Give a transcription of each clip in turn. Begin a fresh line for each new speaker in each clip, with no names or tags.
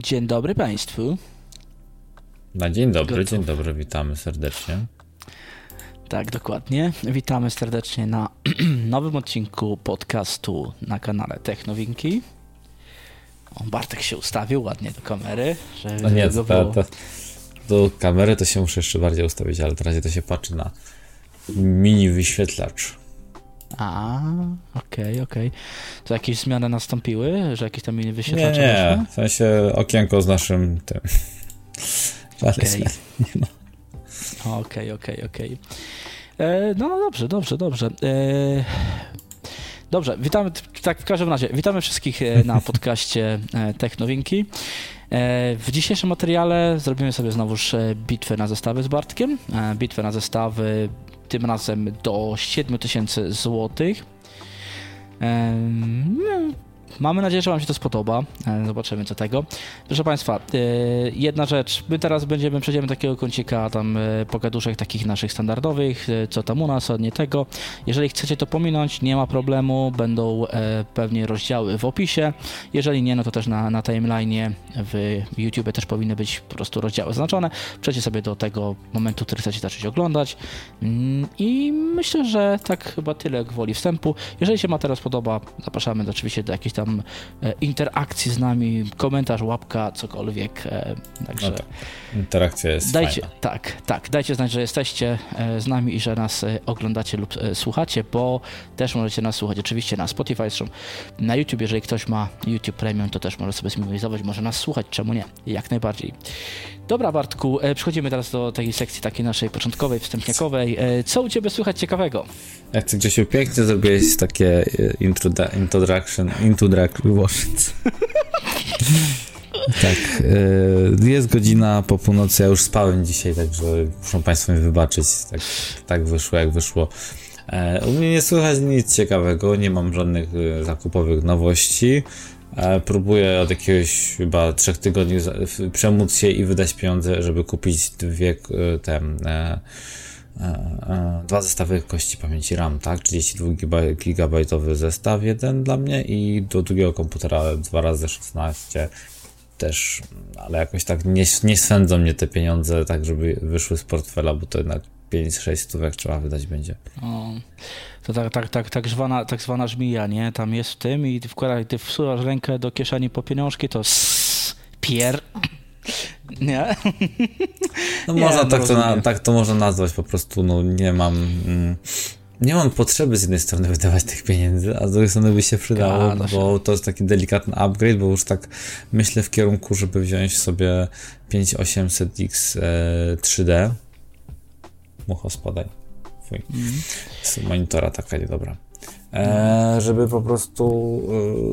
Dzień dobry Państwu.
Dzień dobry, witamy serdecznie.
Tak, dokładnie. Witamy serdecznie na nowym odcinku podcastu na kanale Technowinki. Bartek się ustawił ładnie do kamery.
No nie, do kamery to się muszę jeszcze bardziej ustawić, ale teraz to się patrzy na mini wyświetlacz.
Okej. To jakieś zmiany nastąpiły? Że jakieś tam mini wyświetlacze
Nie, w sensie okienko z naszym tym.
Okej. No dobrze. Dobrze, witamy, tak w każdym razie, witamy wszystkich na podcaście Technowinki. W dzisiejszym materiale zrobimy sobie znowuż bitwę na zestawy z Bartkiem. Bitwę na zestawy tym razem do 7000 złotych. Mamy nadzieję, że Wam się to spodoba. Zobaczymy co tego. Proszę Państwa, jedna rzecz. My teraz przejdziemy takiego kącika tam pogaduszek takich naszych standardowych, co tam u nas, od nie tego. Jeżeli chcecie to pominąć, nie ma problemu. Będą pewnie rozdziały w opisie. Jeżeli nie, no to też na timeline'ie w YouTube też powinny być po prostu rozdziały zaznaczone. Przejdźcie sobie do tego momentu, który chcecie zacząć oglądać. I myślę, że tak chyba tyle jak woli wstępu. Jeżeli się materiał spodoba, zapraszamy oczywiście do jakichś tam interakcji z nami, komentarz, łapka, cokolwiek. Także
no tak. Interakcja jest
dajcie,
fajna.
Tak, dajcie znać, że jesteście z nami i że nas oglądacie lub słuchacie, bo też możecie nas słuchać oczywiście na Spotify, zresztą na YouTube, jeżeli ktoś ma YouTube Premium, to też może sobie zminimalizować, może nas słuchać, czemu nie? Jak najbardziej. Dobra, Bartku, przechodzimy teraz do tej sekcji takiej naszej początkowej, wstępniakowej. Co u Ciebie słychać ciekawego?
Jak Ty, Grzesiu, pięknie zrobiłeś takie introduction, tak, jest godzina po północy, ja już spałem dzisiaj, także muszą Państwo mi wybaczyć, tak wyszło jak wyszło. U mnie nie słychać nic ciekawego, nie mam żadnych zakupowych nowości. Próbuję od jakiegoś chyba 3 tygodni przemóc się i wydać pieniądze, żeby kupić dwa zestawy kości pamięci RAM, tak? 32 GB zestaw jeden dla mnie i do drugiego komputera 2x16 też, ale jakoś tak nie swędzą mnie te pieniądze tak, żeby wyszły z portfela, bo to jednak 5-6 stówek trzeba wydać będzie.
To tak zwana żmija, nie? Tam jest w tym i ty wsuwasz rękę do kieszeni po pieniążki, to nie?
No można tak to można nazwać po prostu, no nie mam potrzeby z jednej strony wydawać tych pieniędzy, a z drugiej strony by się przydało, bo to jest taki delikatny upgrade, bo już tak myślę w kierunku, żeby wziąć sobie 5800X 3D. Mucho spadaj. Z monitora taka niedobra. Żeby po prostu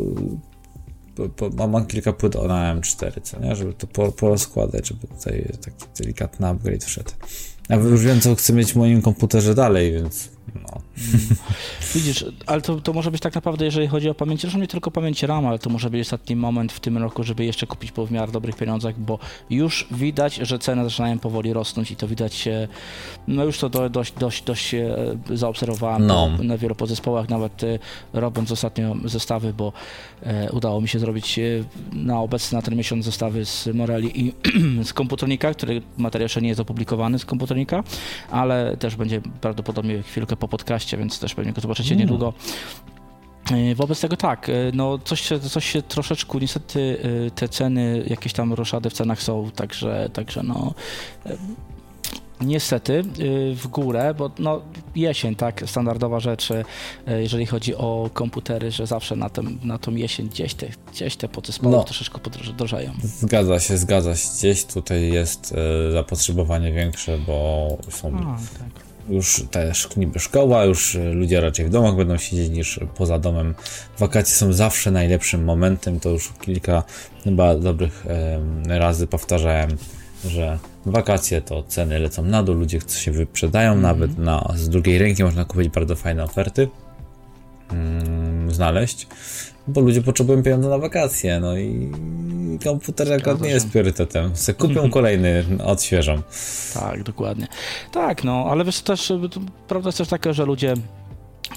mam kilka płyt na M4, co nie? Żeby to porozkładać, żeby tutaj taki delikatny upgrade wszedł. Ja już wiem, co chcę mieć w moim komputerze dalej, więc no.
Widzisz, ale to może być tak naprawdę, jeżeli chodzi o pamięć, zresztą nie tylko pamięć RAM, ale to może być ostatni moment w tym roku, żeby jeszcze kupić po w miarę dobrych pieniądzach, bo już widać, że ceny zaczynają powoli rosnąć i to widać, no już to dość zaobserwowałem na wielu podzespołach, nawet robiąc ostatnio zestawy, bo udało mi się zrobić na ten miesiąc zestawy z Moreli i z Komputronika, który materiał jeszcze nie jest opublikowany z Komputronika, ale też będzie prawdopodobnie chwilkę po podcaście, więc też pewnie go zobaczycie niedługo. Wobec tego tak, no coś się troszeczkę, niestety te ceny, jakieś tam roszady w cenach są, także no niestety w górę, bo no jesień, tak, standardowa rzecz, jeżeli chodzi o komputery, że zawsze na tą jesień gdzieś te podzespoły troszeczkę podrożają.
Zgadza się, gdzieś tutaj jest zapotrzebowanie większe, bo są już też niby szkoła, już ludzie raczej w domach będą siedzieć niż poza domem. Wakacje są zawsze najlepszym momentem, to już kilka chyba dobrych razy powtarzałem, że wakacje to ceny lecą na dół, ludzie się wyprzedają, nawet z drugiej ręki można kupić bardzo fajne oferty, znaleźć, bo ludzie potrzebują pieniędzy na wakacje, no i komputer akurat nie jest priorytetem. Se kupią kolejny, odświeżą.
Tak, dokładnie. Tak, no, ale wiesz, też prawda jest też taka, że ludzie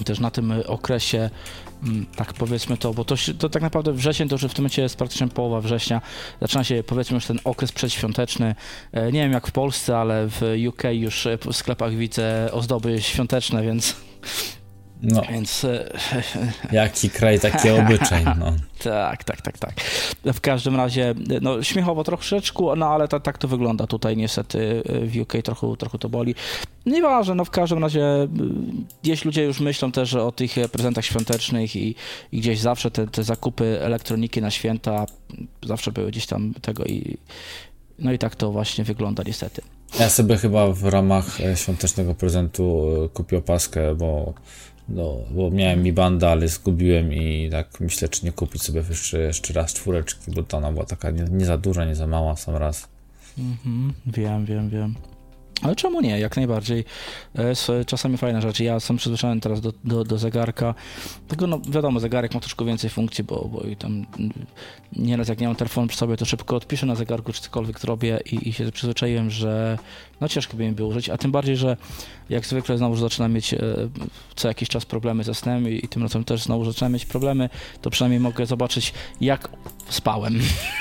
też na tym okresie, tak powiedzmy to, bo to tak naprawdę wrzesień to już w tym momencie jest praktycznie połowa września, zaczyna się powiedzmy już ten okres przedświąteczny, nie wiem jak w Polsce, ale w UK już w sklepach widzę ozdoby świąteczne, więc...
No, więc... Jaki kraj, taki obyczaj, no.
Tak. W każdym razie, no śmiechowo troszeczkę, no ale tak to wygląda tutaj niestety w UK, trochę to boli. Nieważne, no w każdym razie gdzieś ludzie już myślą też o tych prezentach świątecznych i gdzieś zawsze te zakupy elektroniki na święta zawsze były gdzieś tam tego no i tak to właśnie wygląda niestety.
Ja sobie chyba w ramach świątecznego prezentu kupię opaskę, bo miałem Mi Banda, ale zgubiłem i tak myślę, czy nie kupić sobie jeszcze raz 4, bo to ona była taka nie za duża, nie za mała w sam raz.
Wiem. Ale czemu nie? Jak najbardziej. Jest czasami fajna rzecz. Ja jestem przyzwyczajony teraz do zegarka. Tylko no wiadomo, zegarek ma troszkę więcej funkcji, bo i tam nieraz jak nie mam telefonu przy sobie, to szybko odpiszę na zegarku, czy cokolwiek to robię i się przyzwyczaiłem, że no ciężko by mi było użyć, a tym bardziej, że jak zwykle znowu zaczynam mieć co jakiś czas problemy ze snem i tym razem też znowu zaczynam mieć problemy, to przynajmniej mogę zobaczyć, jak spałem.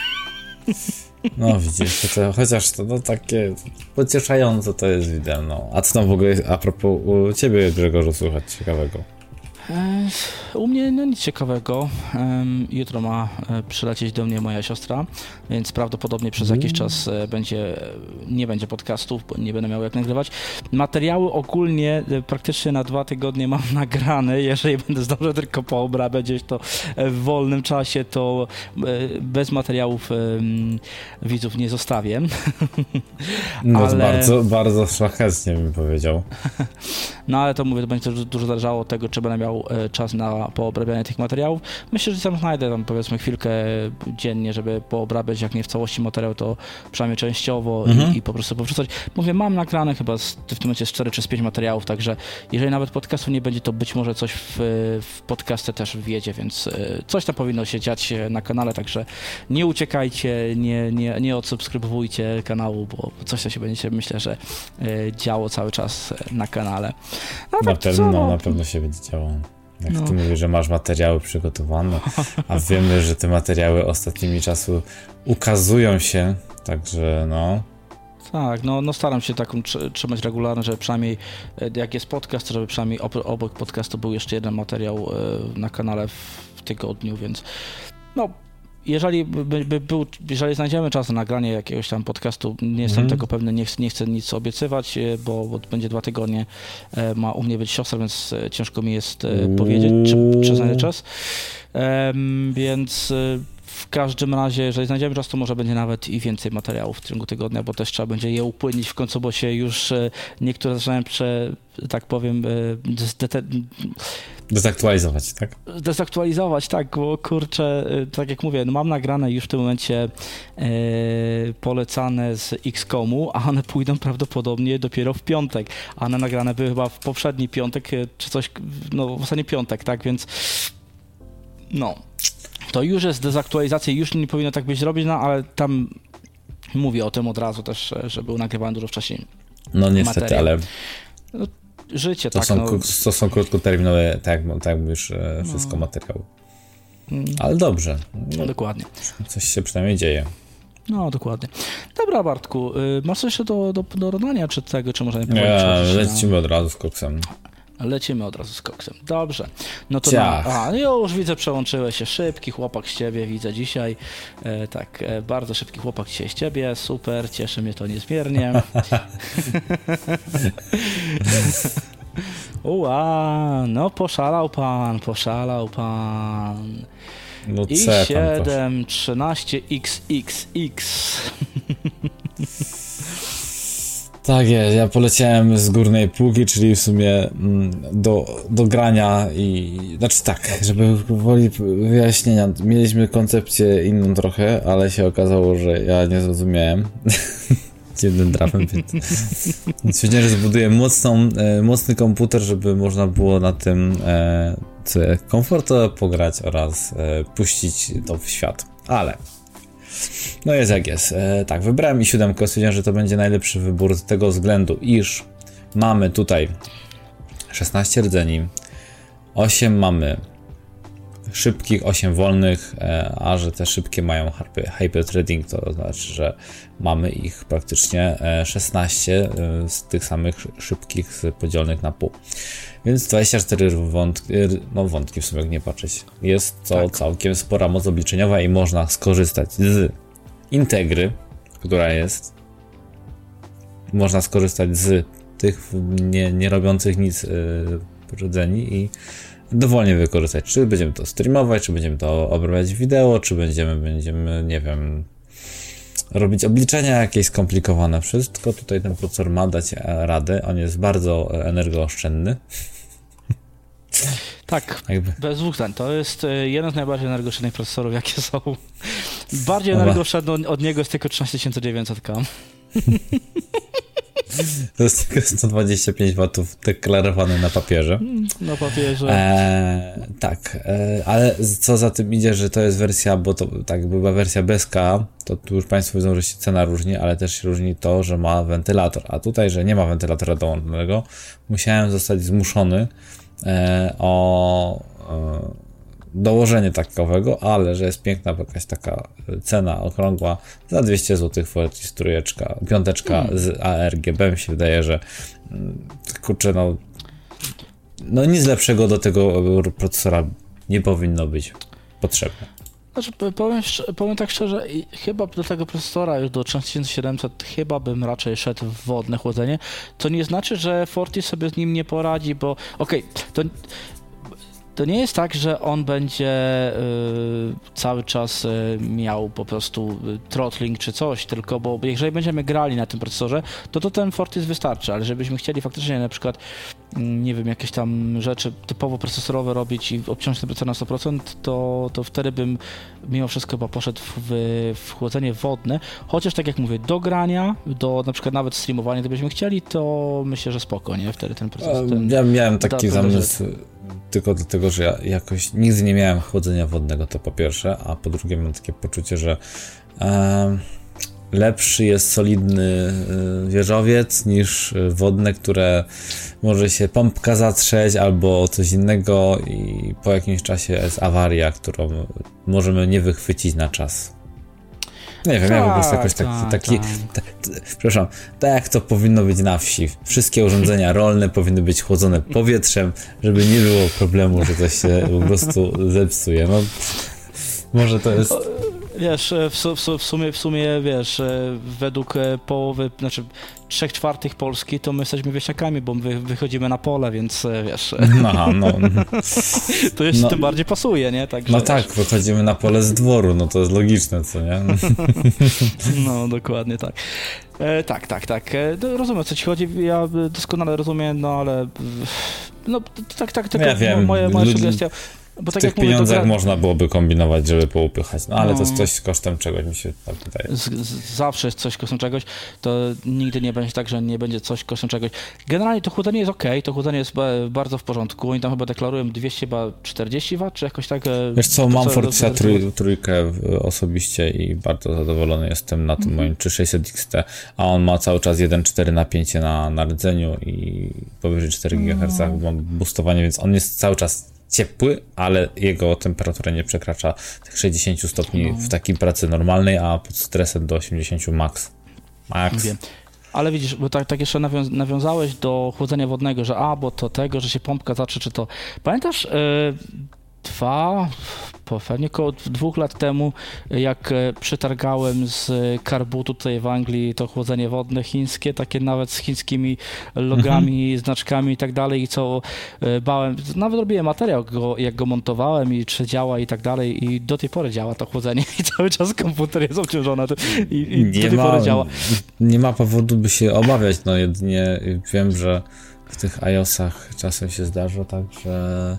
No widzisz, chociaż to no takie pocieszające to jest widem, no. A co tam w ogóle a propos u ciebie, Grzegorzu, słychać ciekawego?
U mnie no nic ciekawego. Jutro ma przylecieć do mnie moja siostra, więc prawdopodobnie przez jakiś czas nie będzie podcastów, bo nie będę miał jak nagrywać. Materiały ogólnie praktycznie na 2 tygodnie mam nagrane. Jeżeli będę zdążył tylko poobrabiać gdzieś to w wolnym czasie, to bez materiałów widzów nie zostawię.
No ale... bardzo szlachetnie bym powiedział.
No ale to mówię, to będzie też dużo zależało od tego, czy będę miał czas na poobrabianie tych materiałów. Myślę, że sam znajdę tam powiedzmy chwilkę dziennie, żeby poobrabiać, jak nie w całości materiał, to przynajmniej częściowo i po prostu powrzucać. Mówię, mam nagrane chyba w tym momencie 4 czy 5 materiałów, także jeżeli nawet podcastu nie będzie, to być może coś w podcasty też wjedzie, więc coś tam powinno się dziać na kanale, także nie uciekajcie, nie odsubskrybujcie kanału, bo coś tam się będzie, myślę, że działo cały czas na kanale.
Na pewno się będzie działo. Jak ty mówisz, że masz materiały przygotowane, a wiemy, że te materiały ostatnimi czasu ukazują się, także no...
Tak, no staram się taką trzymać regularnie, żeby przynajmniej jak jest podcast, to żeby przynajmniej obok podcastu był jeszcze jeden materiał na kanale w tygodniu, więc no... Jeżeli znajdziemy czas na nagranie jakiegoś tam podcastu, nie jestem tego pewny, nie chcę nic obiecywać, bo będzie 2 tygodnie, ma u mnie być siostra, więc ciężko mi jest powiedzieć, czy znajdę czas. Więc w każdym razie, jeżeli znajdziemy czas, to może będzie nawet i więcej materiałów w ciągu tygodnia, bo też trzeba będzie je upłynić w końcu, bo się już niektóre zaczynają tak powiem,
dezaktualizować, tak?
Dezaktualizować, tak, bo kurczę, tak jak mówię, no mam nagrane już w tym momencie polecane z XCOM-u, a one pójdą prawdopodobnie dopiero w piątek, a one nagrane były chyba w poprzedni piątek, czy coś, no w ostatni piątek, tak, więc no, to już jest dezaktualizacja, już nie powinno tak być zrobić, no ale tam mówię o tym od razu też, że był nagrywany dużo wcześniej.
No niestety, materiał. Ale...
No, życie,
to
tak.
To są krótkoterminowe, tak mówisz, wszystko materiały. Ale dobrze.
No, dokładnie.
Coś się przynajmniej dzieje.
No, dokładnie. Dobra, Bartku, masz coś jeszcze do dodania, czy tego, czy możemy
powiedzieć? Nie, lecimy od razu z koksem.
Lecimy od razu z koksem. Dobrze. No to już widzę, przełączyłeś się. Szybki chłopak z ciebie widzę dzisiaj. Bardzo szybki chłopak dzisiaj z ciebie. Super, cieszy mnie to niezmiernie. No poszalał pan.
No
i7 13XXX.
Tak jest, ja poleciałem z górnej półki, czyli w sumie do grania i... Znaczy tak, żeby woli wyjaśnienia, mieliśmy koncepcję inną trochę, ale się okazało, że ja nie zrozumiałem. Dziwnym trafem, więc stwierdziłem, że zbuduję mocny komputer, żeby można było na tym komfortowo pograć oraz puścić to w świat. Ale... No jest jak jest. Tak, wybrałem i7, stwierdziłem, że to będzie najlepszy wybór z tego względu, iż mamy tutaj 16 rdzeni, 8 mamy szybkich, 8 wolnych, a że te szybkie mają hyperthreading, to znaczy, że mamy ich praktycznie 16 z tych samych szybkich podzielonych na pół. Więc 24 wątki w sumie, jak nie patrzeć. Jest to całkiem spora moc obliczeniowa i można skorzystać z Integry, która jest. Można skorzystać z tych nie robiących nic rdzeni i dowolnie wykorzystać. Czy będziemy to streamować, czy będziemy to obrabiać wideo, czy będziemy, nie wiem, robić obliczenia jakieś skomplikowane. Wszystko tutaj ten procesor ma dać radę. On jest bardzo energooszczędny.
Tak, bez dwóch zdań. To jest jeden z najbardziej energooszczędnych procesorów, jakie są. Bardziej energooszczędny od niego jest tylko 13900K.
To jest tylko 125 watów deklarowane na papierze.
Na papierze.
Ale co za tym idzie, że to jest wersja, bo to tak była wersja bez K, to tu już Państwo widzą, że się cena różni, ale też się różni to, że ma wentylator. A tutaj, że nie ma wentylatora dołączonego, musiałem zostać zmuszony o dołożenie takowego, ale że jest piękna jakaś taka cena okrągła za 200 zł Fortis trójeczka, piąteczka z ARGB, mi się wydaje, że kurczę, no nic lepszego do tego procesora nie powinno być potrzebne.
Znaczy, powiem tak szczerze, chyba do tego procesora już do 3700 chyba bym raczej szedł w wodne chłodzenie, co nie znaczy, że Fortis sobie z nim nie poradzi, bo to nie jest tak, że on będzie cały czas miał po prostu throttling czy coś, tylko bo jeżeli będziemy grali na tym procesorze, to ten Fortis wystarczy, ale żebyśmy chcieli faktycznie na przykład, nie wiem, jakieś tam rzeczy typowo procesorowe robić i obciąć ten procesor na 100%, to wtedy bym mimo wszystko chyba poszedł w chłodzenie wodne, chociaż tak jak mówię, do grania, do na przykład nawet streamowania, gdybyśmy chcieli, to myślę, że spoko, nie? Wtedy ten procesor...
Ja miałem taki zamysł tylko dlatego, że ja jakoś nigdy nie miałem chłodzenia wodnego, to po pierwsze, a po drugie mam takie poczucie, że lepszy jest solidny wieżowiec niż wodne, które może się pompka zatrzeć albo coś innego i po jakimś czasie jest awaria, którą możemy nie wychwycić na czas. Nie wiem, ja po prostu jakoś przepraszam, tak jak to powinno być na wsi. Wszystkie urządzenia rolne powinny być chłodzone powietrzem, żeby nie było problemu, że to się po prostu zepsuje. No, może to jest...
Wiesz, w sumie, wiesz, według połowy, znaczy 3/4 Polski, to my jesteśmy wieśniakami, bo my wychodzimy na pole, więc wiesz... To jeszcze tym bardziej pasuje, nie? Także,
no tak, wychodzimy na pole z dworu, no to jest logiczne, co nie?
No, dokładnie tak. Tak. Rozumiem, o co ci chodzi, ja doskonale rozumiem, no ale... No, tak, tylko ja wiem. Moja sugestia...
Bo tak w tych pieniądzach można byłoby kombinować, żeby poupychać, no ale to jest coś kosztem czegoś, mi się tak wydaje.
Zawsze jest coś kosztem czegoś, to nigdy nie będzie tak, że nie będzie coś kosztem czegoś. Generalnie to chłodzenie jest okej, to chłodzenie jest bardzo w porządku, oni tam chyba deklarują 240 W, czy jakoś tak...
Wiesz co, mam Fortisa trójkę osobiście i bardzo zadowolony jestem na tym moim 3600 XT, a on ma cały czas 1.4 napięcie na rdzeniu i powyżej 4 GHz mam boostowanie, więc on jest cały czas ciepły, ale jego temperatura nie przekracza tych 60 stopni w takiej pracy normalnej, a pod stresem do 80 max.
Wiem. Ale widzisz, bo tak jeszcze nawiązałeś do chłodzenia wodnego, że bo to tego, że się pompka zatrze, czy to... Pamiętasz pewnie około 2 lat temu, jak przetargałem z Karbutu tutaj w Anglii to chłodzenie wodne chińskie, takie nawet z chińskimi logami, znaczkami i tak dalej, i co bałem, nawet robiłem materiał, jak go montowałem i czy działa i tak dalej, i do tej pory działa to chłodzenie i cały czas komputer jest obciążony i do tej pory działa.
Nie ma powodu, by się obawiać, no jedynie wiem, że w tych iOS-ach czasem się zdarza tak, że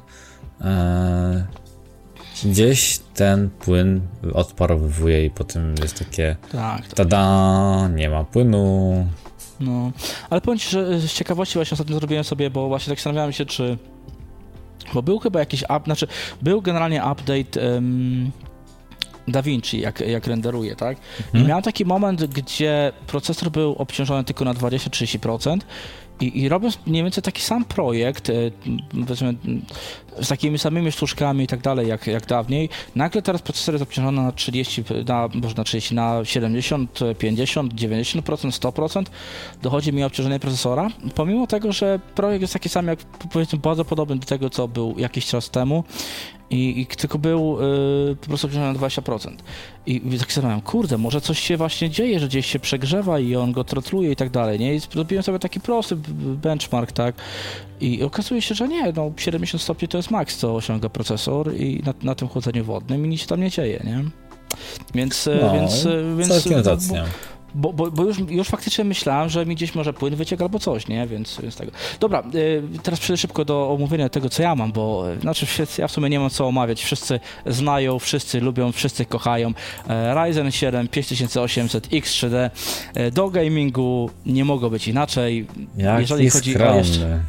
gdzieś ten płyn odparowywuje i potem jest takie tada, nie ma płynu.
No, ale powiem ci, że z ciekawości właśnie ostatnio zrobiłem sobie, bo właśnie tak zastanawiałem się, bo był chyba jakiś był generalnie update DaVinci, jak renderuje, tak? I miałem taki moment, gdzie procesor był obciążony tylko na 20-30% I robiąc mniej więcej taki sam projekt, powiedzmy, z takimi samymi sztuczkami i tak dalej, jak dawniej, nagle teraz procesor jest obciążony na 30, może na 30, na 70, 50, 90%, 100%, dochodzi mi obciążenie procesora, pomimo tego, że projekt jest taki sam, jak powiedzmy bardzo podobny do tego, co był jakiś czas temu, i tylko był po prostu obciążony na 20%. I tak sobie zastanawiam, kurde, może coś się właśnie dzieje, że gdzieś się przegrzewa i on go trotluje i tak dalej, nie? I zrobiłem sobie taki prosty benchmark, tak? I okazuje się, że nie, no 70 stopni to jest maks, co osiąga procesor i na tym chłodzeniu wodnym i nic się tam nie dzieje, nie? Więc
całkiem zacnie.
Bo już faktycznie myślałem, że mi gdzieś może płyn wyciekł albo coś, nie? Więc tego. Dobra, teraz przejdę szybko do omówienia tego, co ja mam, bo znaczy ja w sumie nie mam co omawiać. Wszyscy znają, wszyscy lubią, wszyscy kochają. Ryzen 7 5800 X3D. Do gamingu nie mogło być inaczej.
Jeżeli chodzi o jeszcze...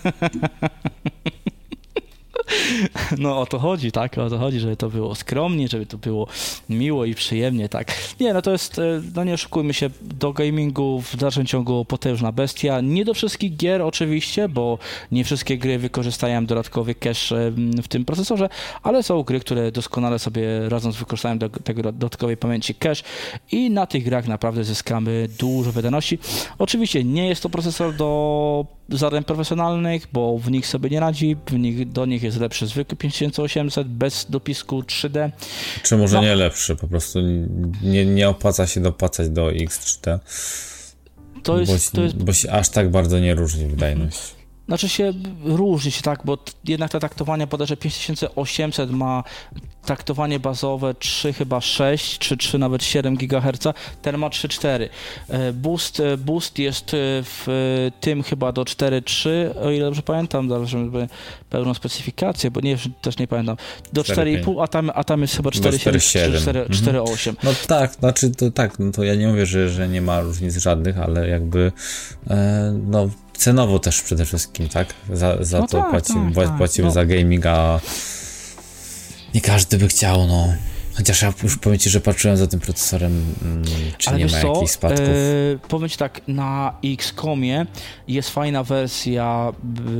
No o to chodzi, tak? O to chodzi, żeby to było skromnie, żeby to było miło i przyjemnie, tak? Nie, no to jest, no nie oszukujmy się, do gamingu w dalszym ciągu potężna bestia. Nie do wszystkich gier oczywiście, bo nie wszystkie gry wykorzystają dodatkowy cache w tym procesorze, ale są gry, które doskonale sobie radząc wykorzystają do tego dodatkowej pamięci cache i na tych grach naprawdę zyskamy dużo wydajności. Oczywiście nie jest to procesor do zadań profesjonalnych, bo w nich sobie nie radzi, do nich jest lepszy zwykły 5800 bez dopisku 3D.
Czy może nie lepszy, po prostu nie opłaca się dopłacać do X3D, bo się aż tak bardzo nie różni wydajność.
Znaczy się różni się, tak, bo jednak te taktowania bodajże 5800 ma taktowanie bazowe 3,6 czy 3 nawet 7 GHz, ten ma 3,4. Boost jest w tym chyba do 4,3, o ile dobrze pamiętam, zaraz żeby pełną specyfikację, bo też nie pamiętam, do 4,5, a tam jest chyba 4,7, 4,8.
No tak, znaczy to tak, no to ja nie mówię, że nie ma różnic żadnych, ale jakby no cenowo też przede wszystkim, tak? Za to płacimy za gaming, a nie każdy by chciał, no. Chociaż ja już powiem Ci, że patrzyłem za tym procesorem, czy nie ma jakichś spadków.
Powiem Ci tak, na XCOMie jest fajna wersja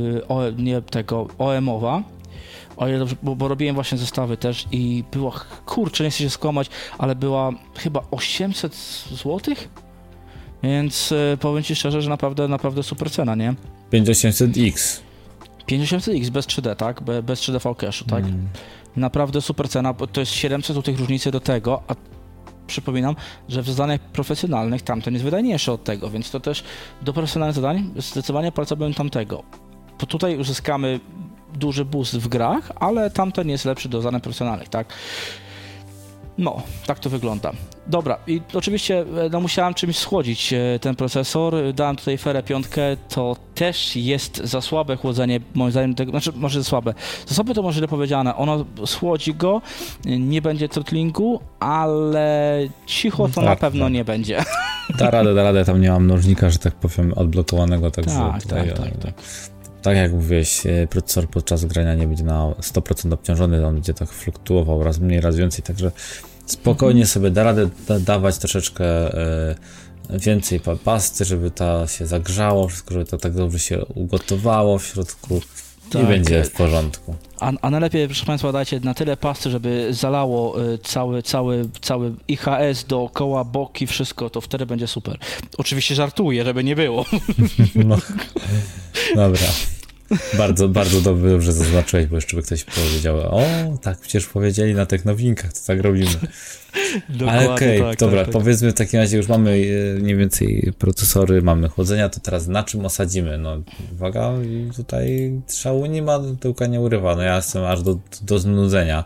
OEM-owa, o ile dobrze, bo robiłem właśnie zestawy też i była, kurczę, nie chcę się skłamać, ale była chyba 800 zł? Więc powiem Ci szczerze, że naprawdę super cena, nie?
5800X.
5800X bez 3D, tak? Bez 3D cache'u, tak? Naprawdę super cena, bo to jest 700 zł różnicy do tego, a przypominam, że w zadaniach profesjonalnych tamten jest wydajniejszy od tego, więc to też do profesjonalnych zadań zdecydowanie polecałbym tamtego. Bo tutaj uzyskamy duży boost w grach, ale tamten jest lepszy do zadań profesjonalnych, tak? No, tak to wygląda. Dobra, i oczywiście no, musiałem czymś schłodzić ten procesor. Dałem tutaj Ferę 5, to też jest za słabe chłodzenie, moim zdaniem, znaczy może za słabe. Za słabe to może źle powiedziane. Ono schłodzi go, nie będzie throttlingu, ale cicho to na pewno nie będzie.
Da radę, tam nie mam mnożnika, że tak powiem, odblokowanego, także
tak.
Tak jak mówiłeś, procesor podczas grania nie będzie na 100% obciążony, on będzie tak fluktuował raz mniej, raz więcej, także spokojnie sobie da radę dawać troszeczkę więcej pasty, żeby to się zagrzało, wszystko, żeby to tak dobrze się ugotowało w środku i będzie w porządku.
A najlepiej, proszę Państwa, dajcie na tyle pasty, żeby zalało cały IHS dookoła, boki, wszystko, to wtedy będzie super. Oczywiście żartuję, żeby nie było.
No, dobra. Bardzo, bardzo dobrze zaznaczyłeś, bo jeszcze by ktoś powiedział, o, tak przecież powiedzieli na tych nowinkach, to tak robimy. Ale okej, dobra, powiedzmy w takim razie już mamy mniej więcej procesory, mamy chłodzenia, to teraz na czym osadzimy? No uwaga, tutaj szału nie ma, tyłka nie urywa, no ja jestem aż do znudzenia.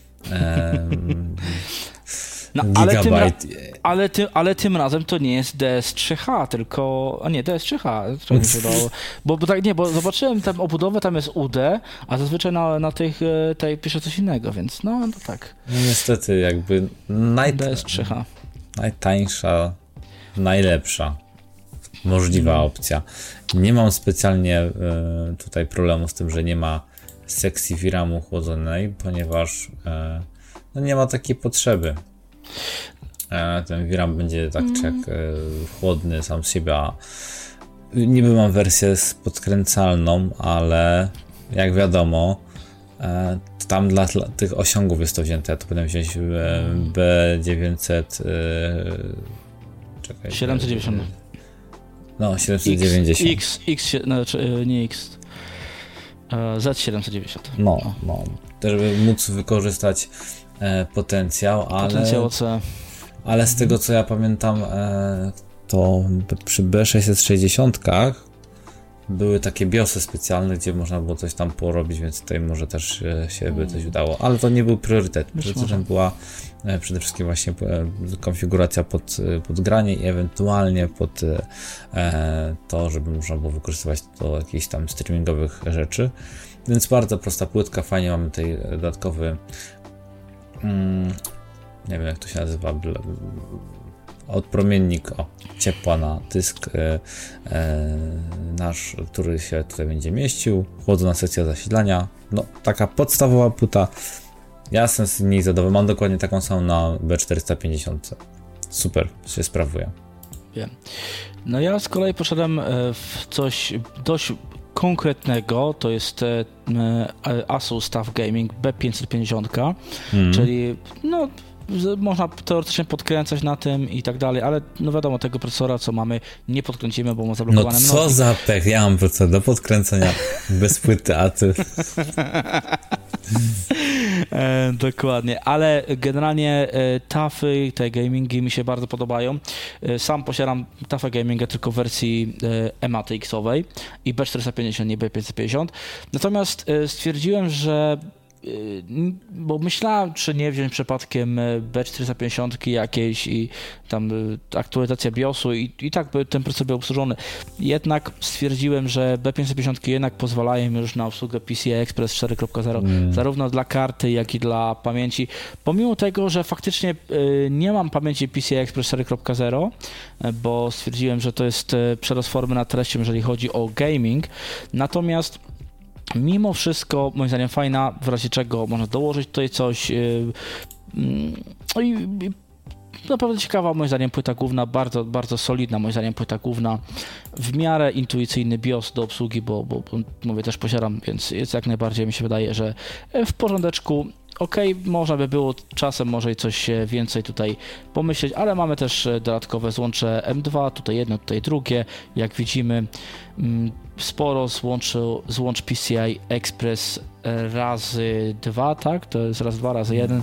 No, ale tym razem to nie jest DS3H, tylko... A nie, DS3H, co mi się dało. Bo zobaczyłem tam obudowę, tam jest UD, a zazwyczaj na tej pisze coś innego, więc no tak.
No niestety, jakby
DS3H.
Najtańsza, najlepsza możliwa opcja. Nie mam specjalnie tutaj problemu z tym, że nie ma sekcji VRAM-u chłodzonej, ponieważ no nie ma takiej potrzeby. Ten VRAM będzie tak czy jak chłodny sam z siebie, niby mam wersję podkręcalną, ale jak wiadomo, tam dla tych osiągów jest to wzięte. Ja to powinienem wziąć B900... czekaj.
790.
No, 790.
Nie X. Z790.
No. Żeby móc wykorzystać potencjał, ale z tego co ja pamiętam, to przy B660 były takie BIOSy specjalne, gdzie można było coś tam porobić, więc tutaj może też się by coś udało, ale to nie był priorytet. Priorytetem była przede wszystkim właśnie konfiguracja pod granie i ewentualnie pod to, żeby można było wykorzystywać do jakichś tam streamingowych rzeczy. Więc bardzo prosta płytka, fajnie mamy tutaj dodatkowy nie wiem jak to się nazywa, odpromiennik ciepła na dysk nasz, który się tutaj będzie mieścił, chłodzona sekcja zasilania, no taka podstawowa płyta, ja jestem z niej zadowolony, mam dokładnie taką samą na B450, super się sprawuje.
Wiem. No ja z kolei poszedłem w coś dość konkretnego, to jest Asus TUF Gaming B550, czyli no można teoretycznie podkręcać na tym i tak dalej, ale no wiadomo, tego procesora co mamy nie podkręcimy, bo ma zablokowane
No co za pech, ja mam procesor do podkręcenia bez płyty, a ty...
Dokładnie, ale generalnie TUFy, te gamingi mi się bardzo podobają. Sam posiadam TUFa gaminga tylko w wersji EMA-TX-owej i B450, nie B550. Natomiast stwierdziłem, że bo myślałem, czy nie wziąć przypadkiem B450 jakiejś i tam aktualizacja BIOSu i tak by ten procesor był obsłużony. Jednak stwierdziłem, że B550 jednak pozwalają już na obsługę PCI Express 4.0 zarówno dla karty, jak i dla pamięci. Pomimo tego, że faktycznie nie mam pamięci PCI Express 4.0, bo stwierdziłem, że to jest przerost formy nad treścią, jeżeli chodzi o gaming. Natomiast mimo wszystko, moim zdaniem fajna, w razie czego można dołożyć tutaj coś. I naprawdę ciekawa, moim zdaniem, płyta główna, bardzo, bardzo solidna, moim zdaniem, płyta główna. W miarę intuicyjny BIOS do obsługi, bo mówię, też posiadam, więc jest jak najbardziej, mi się wydaje, że w porządeczku. Można by było czasem może i coś więcej tutaj pomyśleć, ale mamy też dodatkowe złącze M2, tutaj jedno, tutaj drugie, jak widzimy sporo złącz PCI Express razy 2, tak? To jest raz 2 razy 1,